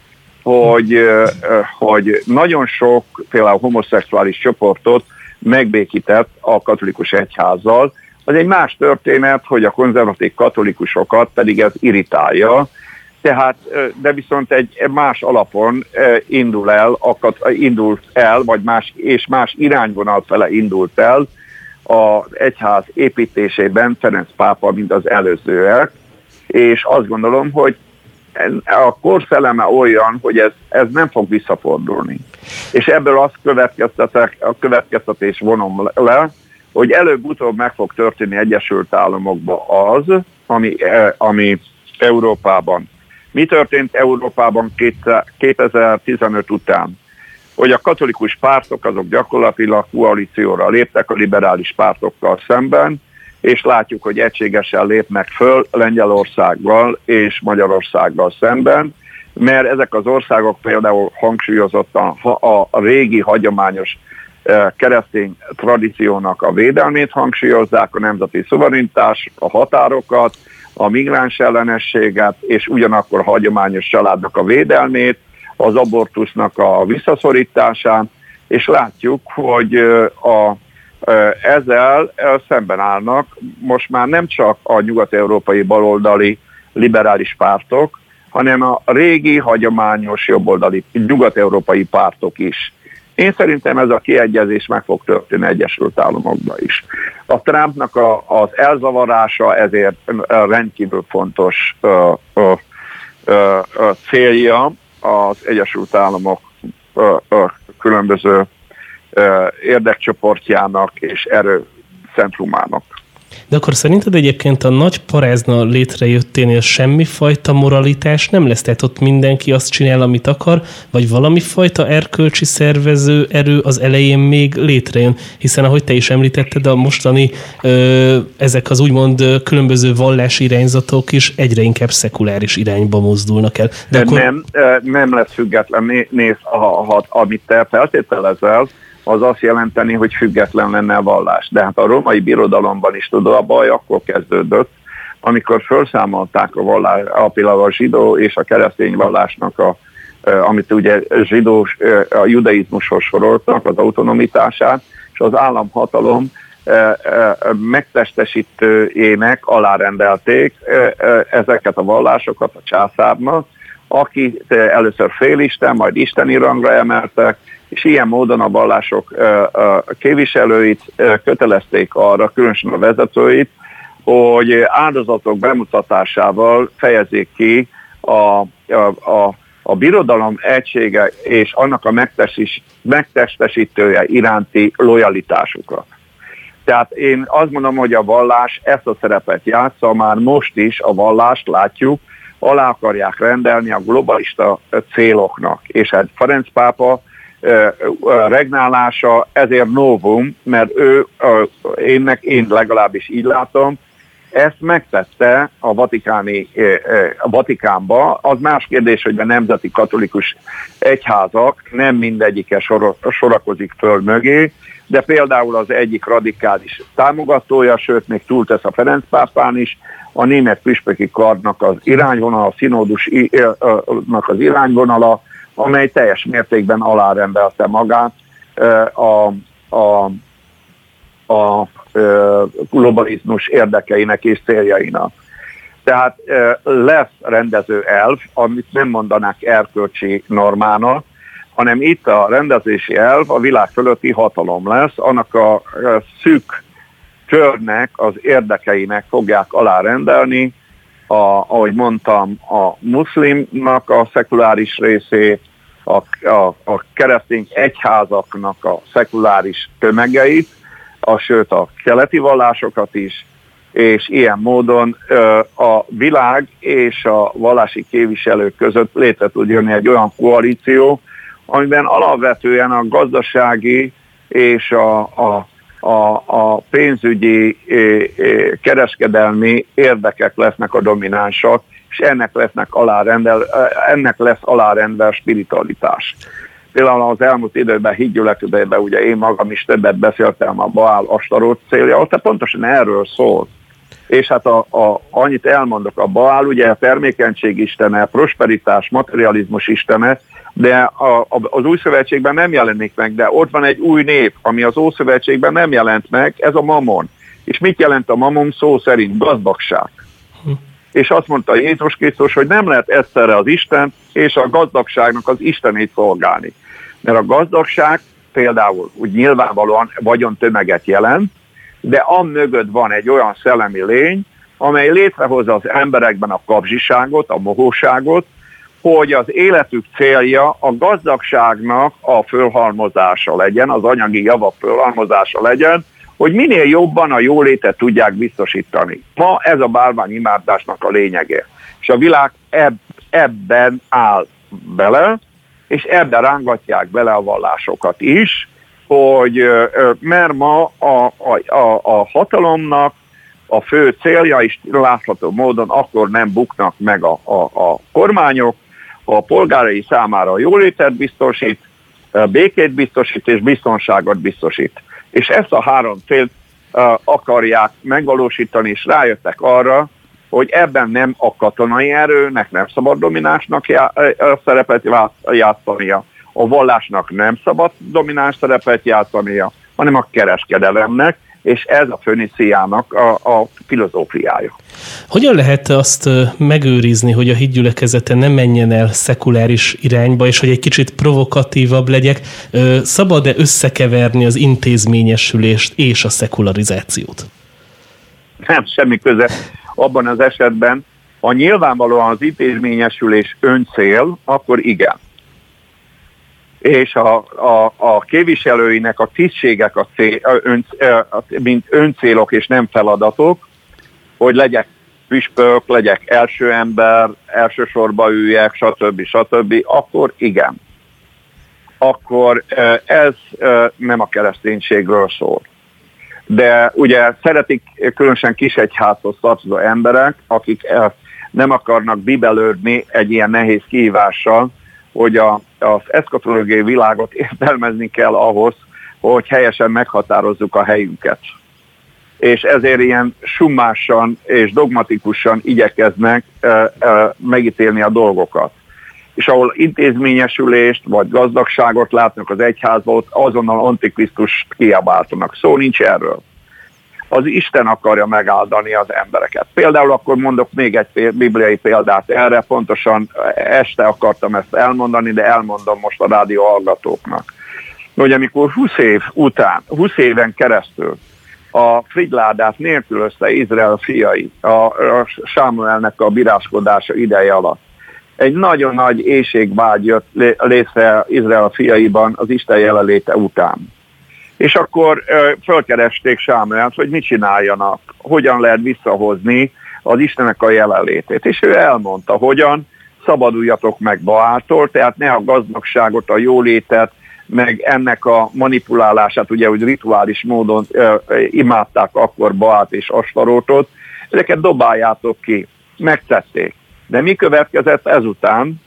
hogy nagyon sok például homoszexuális csoportot megbékített a katolikus egyházzal. Az egy más történet, hogy a konzervatív katolikusokat pedig ez irritálja, tehát, de viszont egy más alapon indult el, vagy más irányvonal fele indult el az egyház építésében Ferenc pápa, mint az előzőek, és azt gondolom, hogy a korszelleme olyan, hogy ez nem fog visszafordulni. És ebből a következtetés vonom le, hogy előbb-utóbb meg fog történni Egyesült Államokban az, ami Európában. Mi történt Európában 2015 után? Hogy a katolikus pártok azok gyakorlatilag koalícióra léptek a liberális pártokkal szemben, és látjuk, hogy egységesen lépnek föl Lengyelországgal és Magyarországgal szemben, mert ezek az országok például hangsúlyozottan a régi hagyományos keresztény tradíciónak a védelmét hangsúlyozzák, a nemzeti szuverenitás, a határokat, a migráns ellenességet, és ugyanakkor a hagyományos családnak a védelmét, az abortusznak a visszaszorítását, és látjuk, hogy ezzel szemben állnak most már nem csak a nyugat-európai baloldali liberális pártok, hanem a régi, hagyományos jobboldali nyugat-európai pártok is. Én szerintem ez a kiegyezés meg fog történni Egyesült Államokban is. A Trumpnak az elzavarása ezért rendkívül fontos célja az Egyesült Államok különböző érdekcsoportjának és erőcentrumának. De akkor szerinted egyébként a nagy parázna létrejötténél semmifajta moralitás nem lesz? Tehát ott mindenki azt csinál, amit akar, vagy valami fajta erkölcsi szervező erő az elején még létrejön? Hiszen ahogy te is említetted, a mostani ezek az úgymond különböző vallási irányzatok is egyre inkább szekuláris irányba mozdulnak el. De akkor... nem lesz független. Nézd, amit te feltételezel, az azt jelenteni, hogy független lenne a vallás. De hát a római birodalomban is tudod, a baj akkor kezdődött, amikor felszámolták például a zsidó és a keresztény vallásnak, amit ugye a judaizmushoz soroltak, az autonomitását, és az államhatalom megtestesítőjének alárendelték ezeket a vallásokat a császárnak, aki először félisten, majd isteni rangra emeltek, és ilyen módon a vallások képviselőit kötelezték arra, különösen a vezetőit, hogy áldozatok bemutatásával fejezzék ki a birodalom egysége és annak a megtestesítője iránti lojalitásukat. Tehát én azt mondom, hogy a vallás ezt a szerepet játsza, már most is a vallást látjuk, alá akarják rendelni a globalista céloknak. És hát Ferenc pápa regnálása ezért novum, mert én legalábbis így látom, ezt megtette a Vatikánba. Az más kérdés, hogy a nemzeti katolikus egyházak nem mindegyike sorakozik föl mögé, de például az egyik radikális támogatója, sőt még túltesz a Ferenc pápán is, a német püspöki karnak az irányvonala, a színódusnak az irányvonala, amely teljes mértékben alárendelte magát a globalizmus érdekeinek és céljainak. Tehát lesz rendező elv, amit nem mondanák erkölcsi normának, hanem itt a rendezési elv a világ fölötti hatalom lesz, annak a szűk körnek az érdekeinek fogják alárendelni, ahogy mondtam, a muszlimnak a szekuláris részét, a keresztény egyházaknak a szekuláris tömegeit, sőt a keleti vallásokat is, és ilyen módon a világ és a vallási képviselők között létre tud jönni egy olyan koalíció, amiben alapvetően a gazdasági és a pénzügyi, kereskedelmi érdekek lesznek a dominánsak, és ennek lesz alárendve a spiritualitás. Például az elmúlt időben hídgyülekezetben, ugye én magam is többet beszéltem a Baál Astarot céljáról, tehát pontosan erről szól. És hát annyit elmondok, a Baál ugye a termékenység istene, prosperitás, materializmus istene, de az új szövetségben nem jelenik meg, de ott van egy új nép, ami az Ószövetségben nem jelent meg, ez a mamon. És mit jelent a mamon? Szó szerint gazdagság. És azt mondta Jézus Krisztus, hogy nem lehet egyszerre az Isten és a gazdagságnak az Istenét szolgálni. Mert a gazdagság például úgy nyilvánvalóan vagyontömeget jelent, de amögött van egy olyan szellemi lény, amely létrehozza az emberekben a kapzsiságot, a mohóságot, hogy az életük célja a gazdagságnak a fölhalmozása legyen, az anyagi javak fölhalmozása legyen, hogy minél jobban a jólétet tudják biztosítani. Ma ez a bálványimádásnak a lényege. És a világ ebben áll bele, és ebben rángatják bele a vallásokat is, hogy mert ma a hatalomnak a fő célja is látható módon akkor nem buknak meg a kormányok, a polgárai számára a jólétet biztosít, békét biztosít és biztonságot biztosít. És ezt a három célt akarják megvalósítani, és rájöttek arra, hogy ebben nem a katonai erőnek nem szabad dominánsnak szerepet játszania, a vallásnak nem szabad domináns szerepet játszania, hanem a kereskedelemnek, és ez a Föníciának a filozófiája. Hogyan lehet azt megőrizni, hogy a hídgyülekezete ne menjen el szekuláris irányba, és hogy egy kicsit provokatívabb legyek? Szabad-e összekeverni az intézményesülést és a szekularizációt? Nem, semmi köze. Abban az esetben, ha nyilvánvalóan az intézményesülés öncél, akkor igen. És a képviselőinek a tisztségek mint öncélok és nem feladatok, hogy legyek püspök, legyek első ember, elsősorba üljek, stb., akkor igen. Akkor ez nem a kereszténységről szól. De ugye szeretik különösen kisegyházhoz tartozó emberek, akik nem akarnak bibelődni egy ilyen nehéz kihívással, hogy az eszkatológiai világot értelmezni kell ahhoz, hogy helyesen meghatározzuk a helyünket. És ezért ilyen summásan és dogmatikusan igyekeznek megítélni a dolgokat. És ahol intézményesülést vagy gazdagságot látnak az egyházban, azonnal antikrisztust kiabáltanak. Szó nincs erről. Az Isten akarja megáldani az embereket. Például akkor mondok még egy bibliai példát erre, pontosan este akartam ezt elmondani, de elmondom most a rádió hallgatóknak. Hogy amikor 20 éven keresztül a frigyládát nélkülözte Izrael fiai a Sámuelnek a bíráskodása ideje alatt, egy nagyon nagy éhségvágy jött létre Izrael fiaiban az Isten jelenléte után. És akkor fölkeresték Sámuelt, hogy mit csináljanak, hogyan lehet visszahozni az Istennek a jelenlétét. És ő elmondta, hogyan szabaduljatok meg Baáltól, tehát ne a gazdagságot, a jólétet, meg ennek a manipulálását, ugye, hogy rituális módon imádták akkor Baált és Astarótot, ezeket dobáljátok ki. Megtették. De mi következett ezután?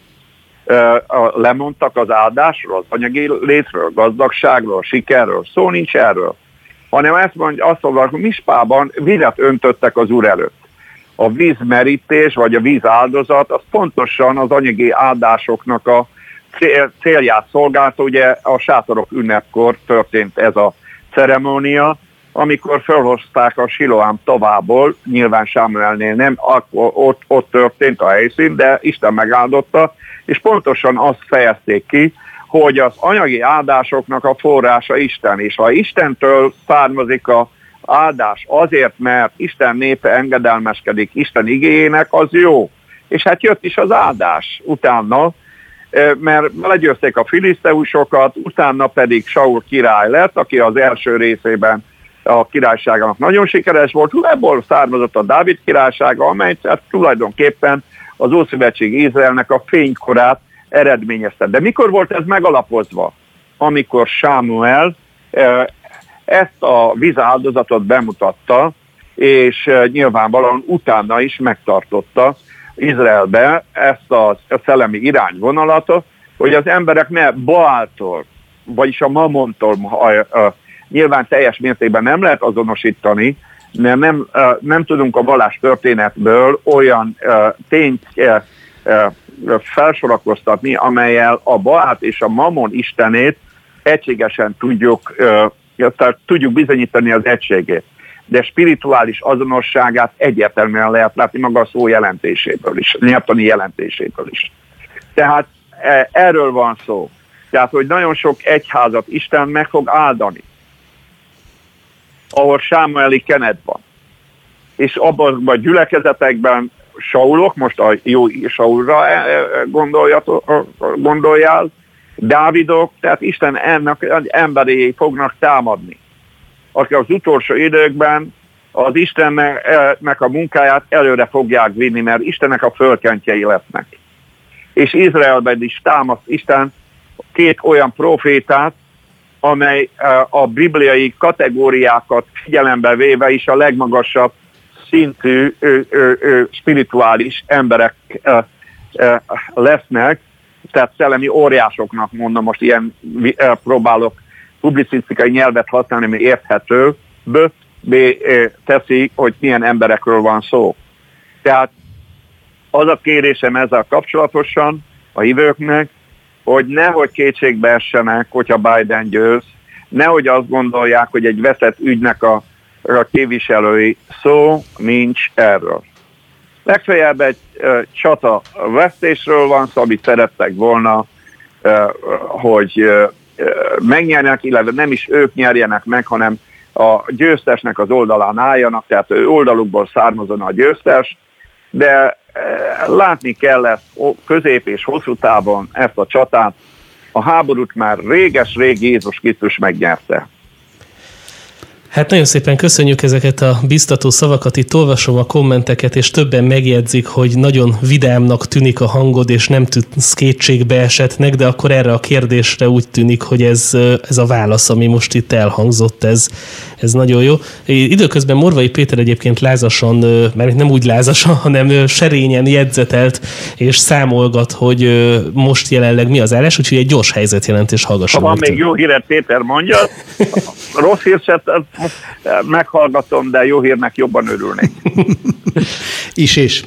Lemondtak az áldásról, az anyagi létről, gazdagságról, sikerről. Szó nincs erről. Hanem azt mondja, hogy Mispában vizet öntöttek az Úr előtt. A vízmerítés, vagy a vízáldozat, az pontosan az anyagi áldásoknak a célját szolgálta. Ugye a sátorok ünnepkor történt ez a ceremónia, amikor felhozták a Siloám tavából, nyilván Sámuelnél nem, ott történt a helyszín, de Isten megáldotta, és pontosan azt fejezték ki, hogy az anyagi áldásoknak a forrása Isten, és ha Istentől származik az áldás azért, mert Isten népe engedelmeskedik Isten igéjének, az jó. És hát jött is az áldás utána, mert legyőzték a filiszteusokat, utána pedig Saul király lett, aki az első részében a királyságának nagyon sikeres volt, ebből származott a Dávid királysága, amely hát tulajdonképpen az Ószövetség Izraelnek a fénykorát eredményezte. De mikor volt ez megalapozva? Amikor Sámuel ezt a vízáldozatot bemutatta, és nyilvánvalóan utána is megtartotta Izraelbe ezt a szellemi irányvonalat, hogy az emberek ne Baáltól, vagyis a Mamontól, nyilván teljes mértékben nem lehet azonosítani, nem tudunk a vallás történetből olyan tényt felsorakoztatni, amellyel a Baált és a Mamon istenét egységesen tudjuk bizonyítani az egységét. De spirituális azonosságát egyértelműen lehet látni maga a szó jelentéséből is, nyelvtani jelentéséből is. Tehát erről van szó. Tehát, hogy nagyon sok egyházat Isten meg fog áldani, ahol sámueli kenet van. És abban a gyülekezetekben Saulok, most a jó Saulra gondoljál, Dávidok, tehát Isten ennek emberéjé fognak támadni, akik az utolsó időkben az Istennek a munkáját előre fogják vinni, mert Istennek a fölkentjei lesznek. És Izraelben is támaszt Isten két olyan profétát, amely a bibliai kategóriákat figyelembe véve is a legmagasabb szintű spirituális emberek lesznek, tehát szellemi óriásoknak mondom, most ilyen próbálok publicisztikai nyelvet használni, ami érthető, teszi, hogy milyen emberekről van szó. Tehát az a kérésem ezzel kapcsolatosan a hívőknek, hogy nehogy kétségbe essenek, hogyha Biden győz, nehogy azt gondolják, hogy egy veszett ügynek a képviselői, szó nincs erről. Legfeljebb egy csata vesztésről van szó, amit szerettek volna, hogy megnyerjenek, illetve nem is ők nyerjenek meg, hanem a győztesnek az oldalán álljanak, tehát ő oldalukból származon a győztes, de látni kell ezt közép és hosszú távon, ezt a csatát. A háborút már réges-rég Jézus Krisztus megnyerte. Hát nagyon szépen köszönjük ezeket a biztató szavakat, itt olvasom a kommenteket, és többen megjegyzik, hogy nagyon vidámnak tűnik a hangod, és nem tűnsz kétségbe esetnek, de akkor erre a kérdésre úgy tűnik, hogy ez a válasz, ami most itt elhangzott, ez nagyon jó. Időközben Morvai Péter egyébként lázasan, mert nem úgy lázasan, hanem serényen jegyzetelt, és számolgat, hogy most jelenleg mi az állás, úgyhogy egy gyors helyzetjelentés hallgassam. Ha van még jó híret, Péter mondja, rossz hírt meghallgatom, de jó hírnek jobban örülnék. Is.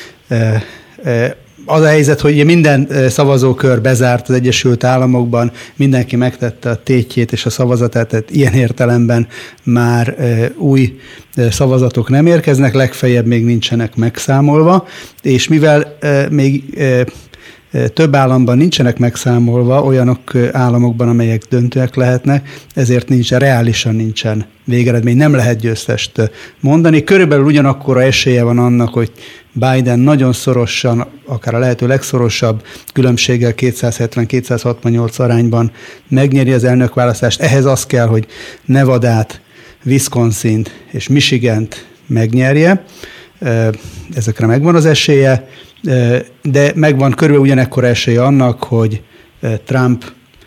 Az a helyzet, hogy minden szavazókör bezárt az Egyesült Államokban, mindenki megtette a tétjét és a szavazatát, tehát ilyen értelemben már új szavazatok nem érkeznek, legfeljebb még nincsenek megszámolva, és mivel még több államban nincsenek megszámolva, olyanok államokban, amelyek döntőek lehetnek, ezért reálisan nincsen végeredmény, nem lehet győztest mondani. Körülbelül ugyanakkora esélye van annak, hogy Biden nagyon szorosan, akár a lehető legszorosabb különbséggel 270-268 arányban megnyeri az elnökválasztást. Ehhez az kell, hogy Nevadát, Wisconsint és Michigant megnyerje. Ezekre megvan az esélye, de megvan körülbelül ugyanekkor esélye annak, hogy Trump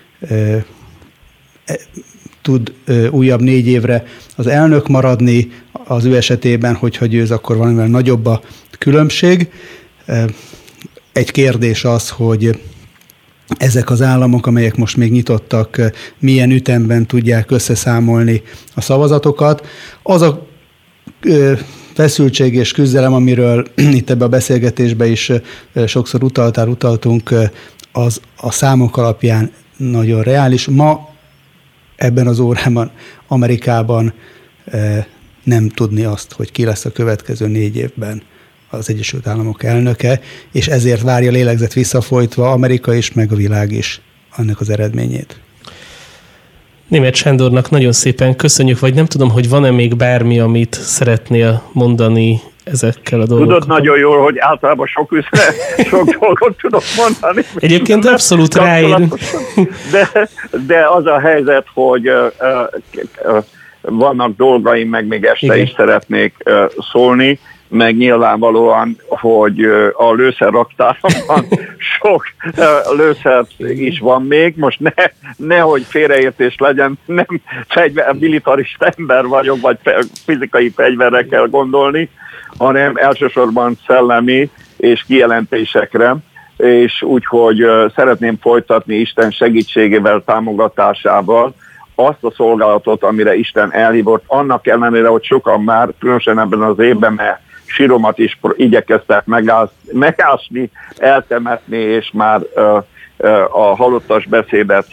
tud újabb 4 évre az elnök maradni, az ő esetében, hogyha győz, akkor valamivel nagyobb a különbség. Egy kérdés az, hogy ezek az államok, amelyek most még nyitottak, milyen ütemben tudják összeszámolni a szavazatokat. Az a feszültség és küzdelem, amiről itt ebbe a beszélgetésbe is sokszor utaltunk, az a számok alapján nagyon reális. Ma ebben az órában Amerikában nem tudni azt, hogy ki lesz a következő 4 évben az Egyesült Államok elnöke, és ezért várja lélegzet visszafolytva Amerika is, meg a világ is annak az eredményét. Németh Sándornak nagyon szépen köszönjük, vagy nem tudom, hogy van-e még bármi, amit szeretnél mondani ezekkel a dolgokkal. Tudod nagyon jól, hogy általában sok dolgot tudok mondani. Egyébként abszolút ráér. De az a helyzet, hogy vannak dolgaim, meg még este is szeretnék szólni, meg nyilvánvalóan, hogy a lőszerraktárakban sok lőszer is van még. Most nehogy félreértés legyen, nem militarista ember vagyok, vagy fizikai fegyverre kell gondolni, hanem elsősorban szellemi és kijelentésekre, és úgyhogy szeretném folytatni Isten segítségével, támogatásával azt a szolgálatot, amire Isten elhívott, annak ellenére, hogy sokan már, különösen ebben az évben, mert síromat is igyekeztek megásni, eltemetni, és már a halottas beszédet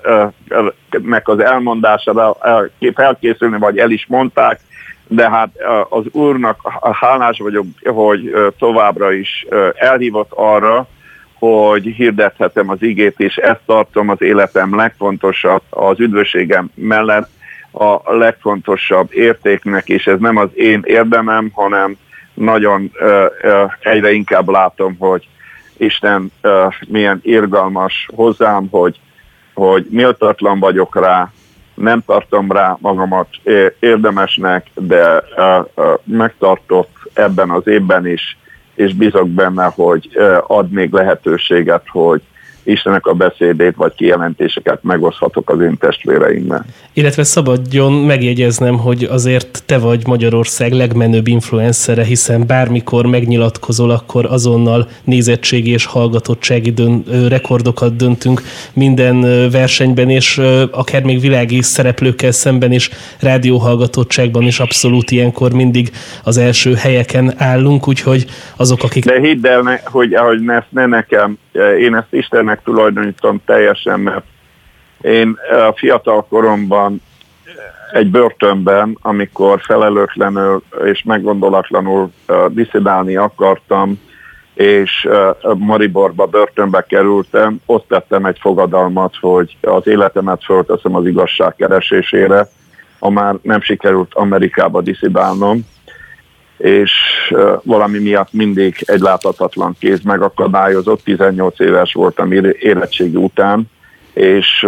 meg az elmondására felkészülni, vagy el is mondták, de hát az Úrnak hálás vagyok, hogy továbbra is elhívott arra, hogy hirdethetem az igét, és ezt tartom az életem legfontosabb, az üdvösségem mellett a legfontosabb értéknek, és ez nem az én érdemem, hanem nagyon egyre inkább látom, hogy Isten milyen irgalmas hozzám, hogy méltatlan vagyok rá, nem tartom rá magamat érdemesnek, de megtartott ebben az évben is, és bízok benne, hogy ad még lehetőséget, hogy Istennek a beszédét vagy kijelentéseket megoszthatok az én testvéreimmel. Illetve szabadjon megjegyeznem, hogy azért te vagy Magyarország legmenőbb influencere, hiszen bármikor megnyilatkozol, akkor azonnal nézettségi és hallgatottsági rekordokat döntünk minden versenyben, és akár még világi szereplőkkel szemben is rádióhallgatottságban is abszolút ilyenkor mindig az első helyeken állunk, úgyhogy azok, akik... De hidd el, hogy ne nekem, én ezt Istennek tulajdonítom teljesen, mert én a fiatal koromban egy börtönben, amikor felelőtlenül és meggondolatlanul diszidálni akartam, és Mariborba börtönbe kerültem, ott tettem egy fogadalmat, hogy az életemet fölteszem az igazság keresésére, ha már nem sikerült Amerikába diszidálnom, és valami miatt mindig egy láthatatlan kéz megakadályozott. 18 éves voltam érettségi után, és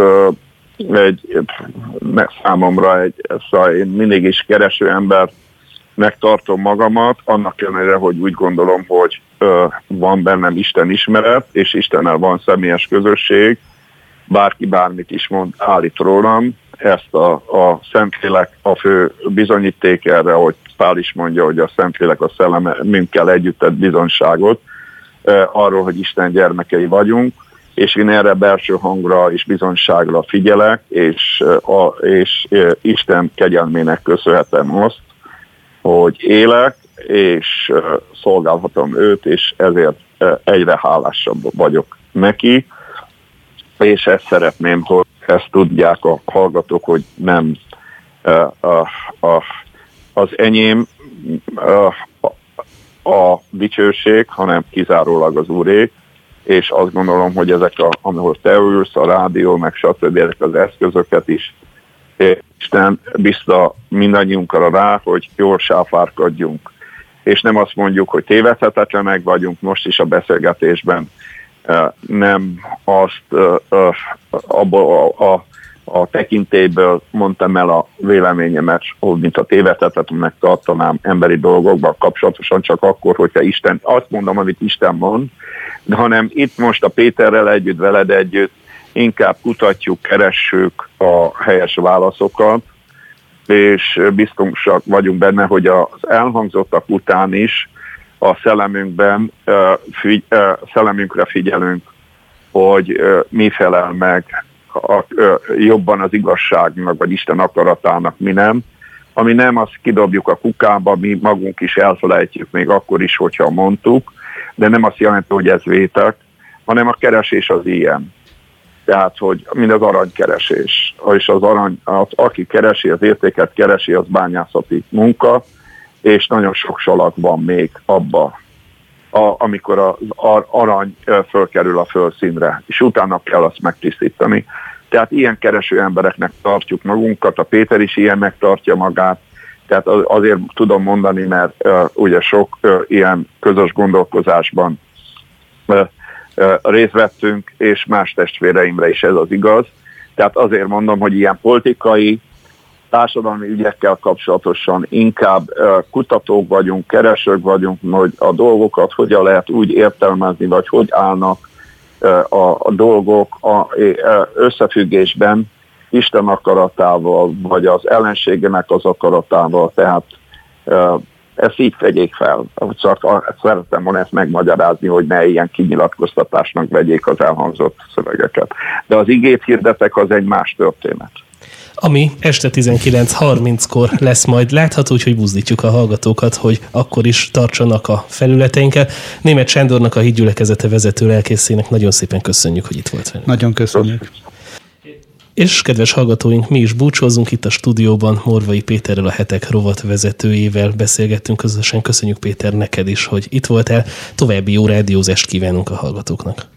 számomra szóval én mindig is kereső embernek tartom magamat, annak ellenére, hogy úgy gondolom, hogy van bennem Isten ismeret, és Istennel van személyes közösség, bárki bármit is mond, állít rólam, ezt a Szentlélek a fő bizonyíték erre, hogy Pál is mondja, hogy a Szentlélek a szellemünkkel együtt tett bizonyságot arról, hogy Isten gyermekei vagyunk, és én erre belső hangra és bizonyságra figyelek, és Isten kegyelmének köszönhetem azt, hogy élek, és szolgálhatom őt, és ezért egyre hálásabb vagyok neki, és ezt szeretném, hogy ezt tudják a hallgatók, hogy nem az enyém a dicsőség, hanem kizárólag az Úré, és azt gondolom, hogy ezek, ahol te ülsz, a rádió, meg stb. Ezek az eszközöket is Isten bízta mindannyiunkra rá, hogy jól sáfárkodjunk. És nem azt mondjuk, hogy tévedhetetlenek vagyunk, most is a beszélgetésben nem azt abból a tekintélyből mondtam el a véleményemet, mint a tévedhetetlennek tartanám emberi dolgokban kapcsolatosan, csak akkor, hogyha Isten, azt mondom, amit Isten mond, de hanem itt most a Péterrel együtt, veled együtt inkább kutatjuk, keressük a helyes válaszokat, és biztosak vagyunk benne, hogy az elhangzottak után is a szellemünkre figyelünk, hogy mi felel meg jobban az igazságnak, vagy Isten akaratának, mi nem. Ami nem, azt kidobjuk a kukába, mi magunk is elfelejtjük, még akkor is, hogyha mondtuk, de nem azt jelenti, hogy ez vétek, hanem a keresés az ilyen. Tehát, hogy mind az aranykeresés. És az arany, aki keresi, az értéket keresi, az bányászati munka, és nagyon sok salag van még abba, amikor az arany fölkerül a földszínre, és utána kell azt megtisztítani. Tehát ilyen kereső embereknek tartjuk magunkat, a Péter is ilyennek tartja magát, tehát azért tudom mondani, mert ugye sok ilyen közös gondolkozásban részt vettünk, és más testvéreimre is ez az igaz. Tehát azért mondom, hogy ilyen politikai társadalmi ügyekkel kapcsolatosan inkább kutatók vagyunk, keresők vagyunk, hogy a dolgokat hogyan lehet úgy értelmezni, vagy hogy állnak a dolgok összefüggésben Isten akaratával, vagy az ellenségének az akaratával. Tehát ezt így tegyék fel. Csak szerettem volna ezt megmagyarázni, hogy ne ilyen kinyilatkoztatásnak vegyék az elhangzott szövegeket. De az igét hirdetek, az egy más történet. Ami este 19:30-kor lesz majd látható, úgyhogy buzdítjuk a hallgatókat, hogy akkor is tartsanak a felületeinkkel. Németh Sándornak, a Hitgyülekezete vezető lelkészének nagyon szépen köszönjük, hogy itt volt velünk. Nagyon köszönjük. És kedves hallgatóink, mi is búcsózunk itt a stúdióban. Morvai Péterrel, a Hetek rovat vezetőjével beszélgettünk közösen. Köszönjük, Péter, neked is, hogy itt voltál. További jó rádiózást kívánunk a hallgatóknak.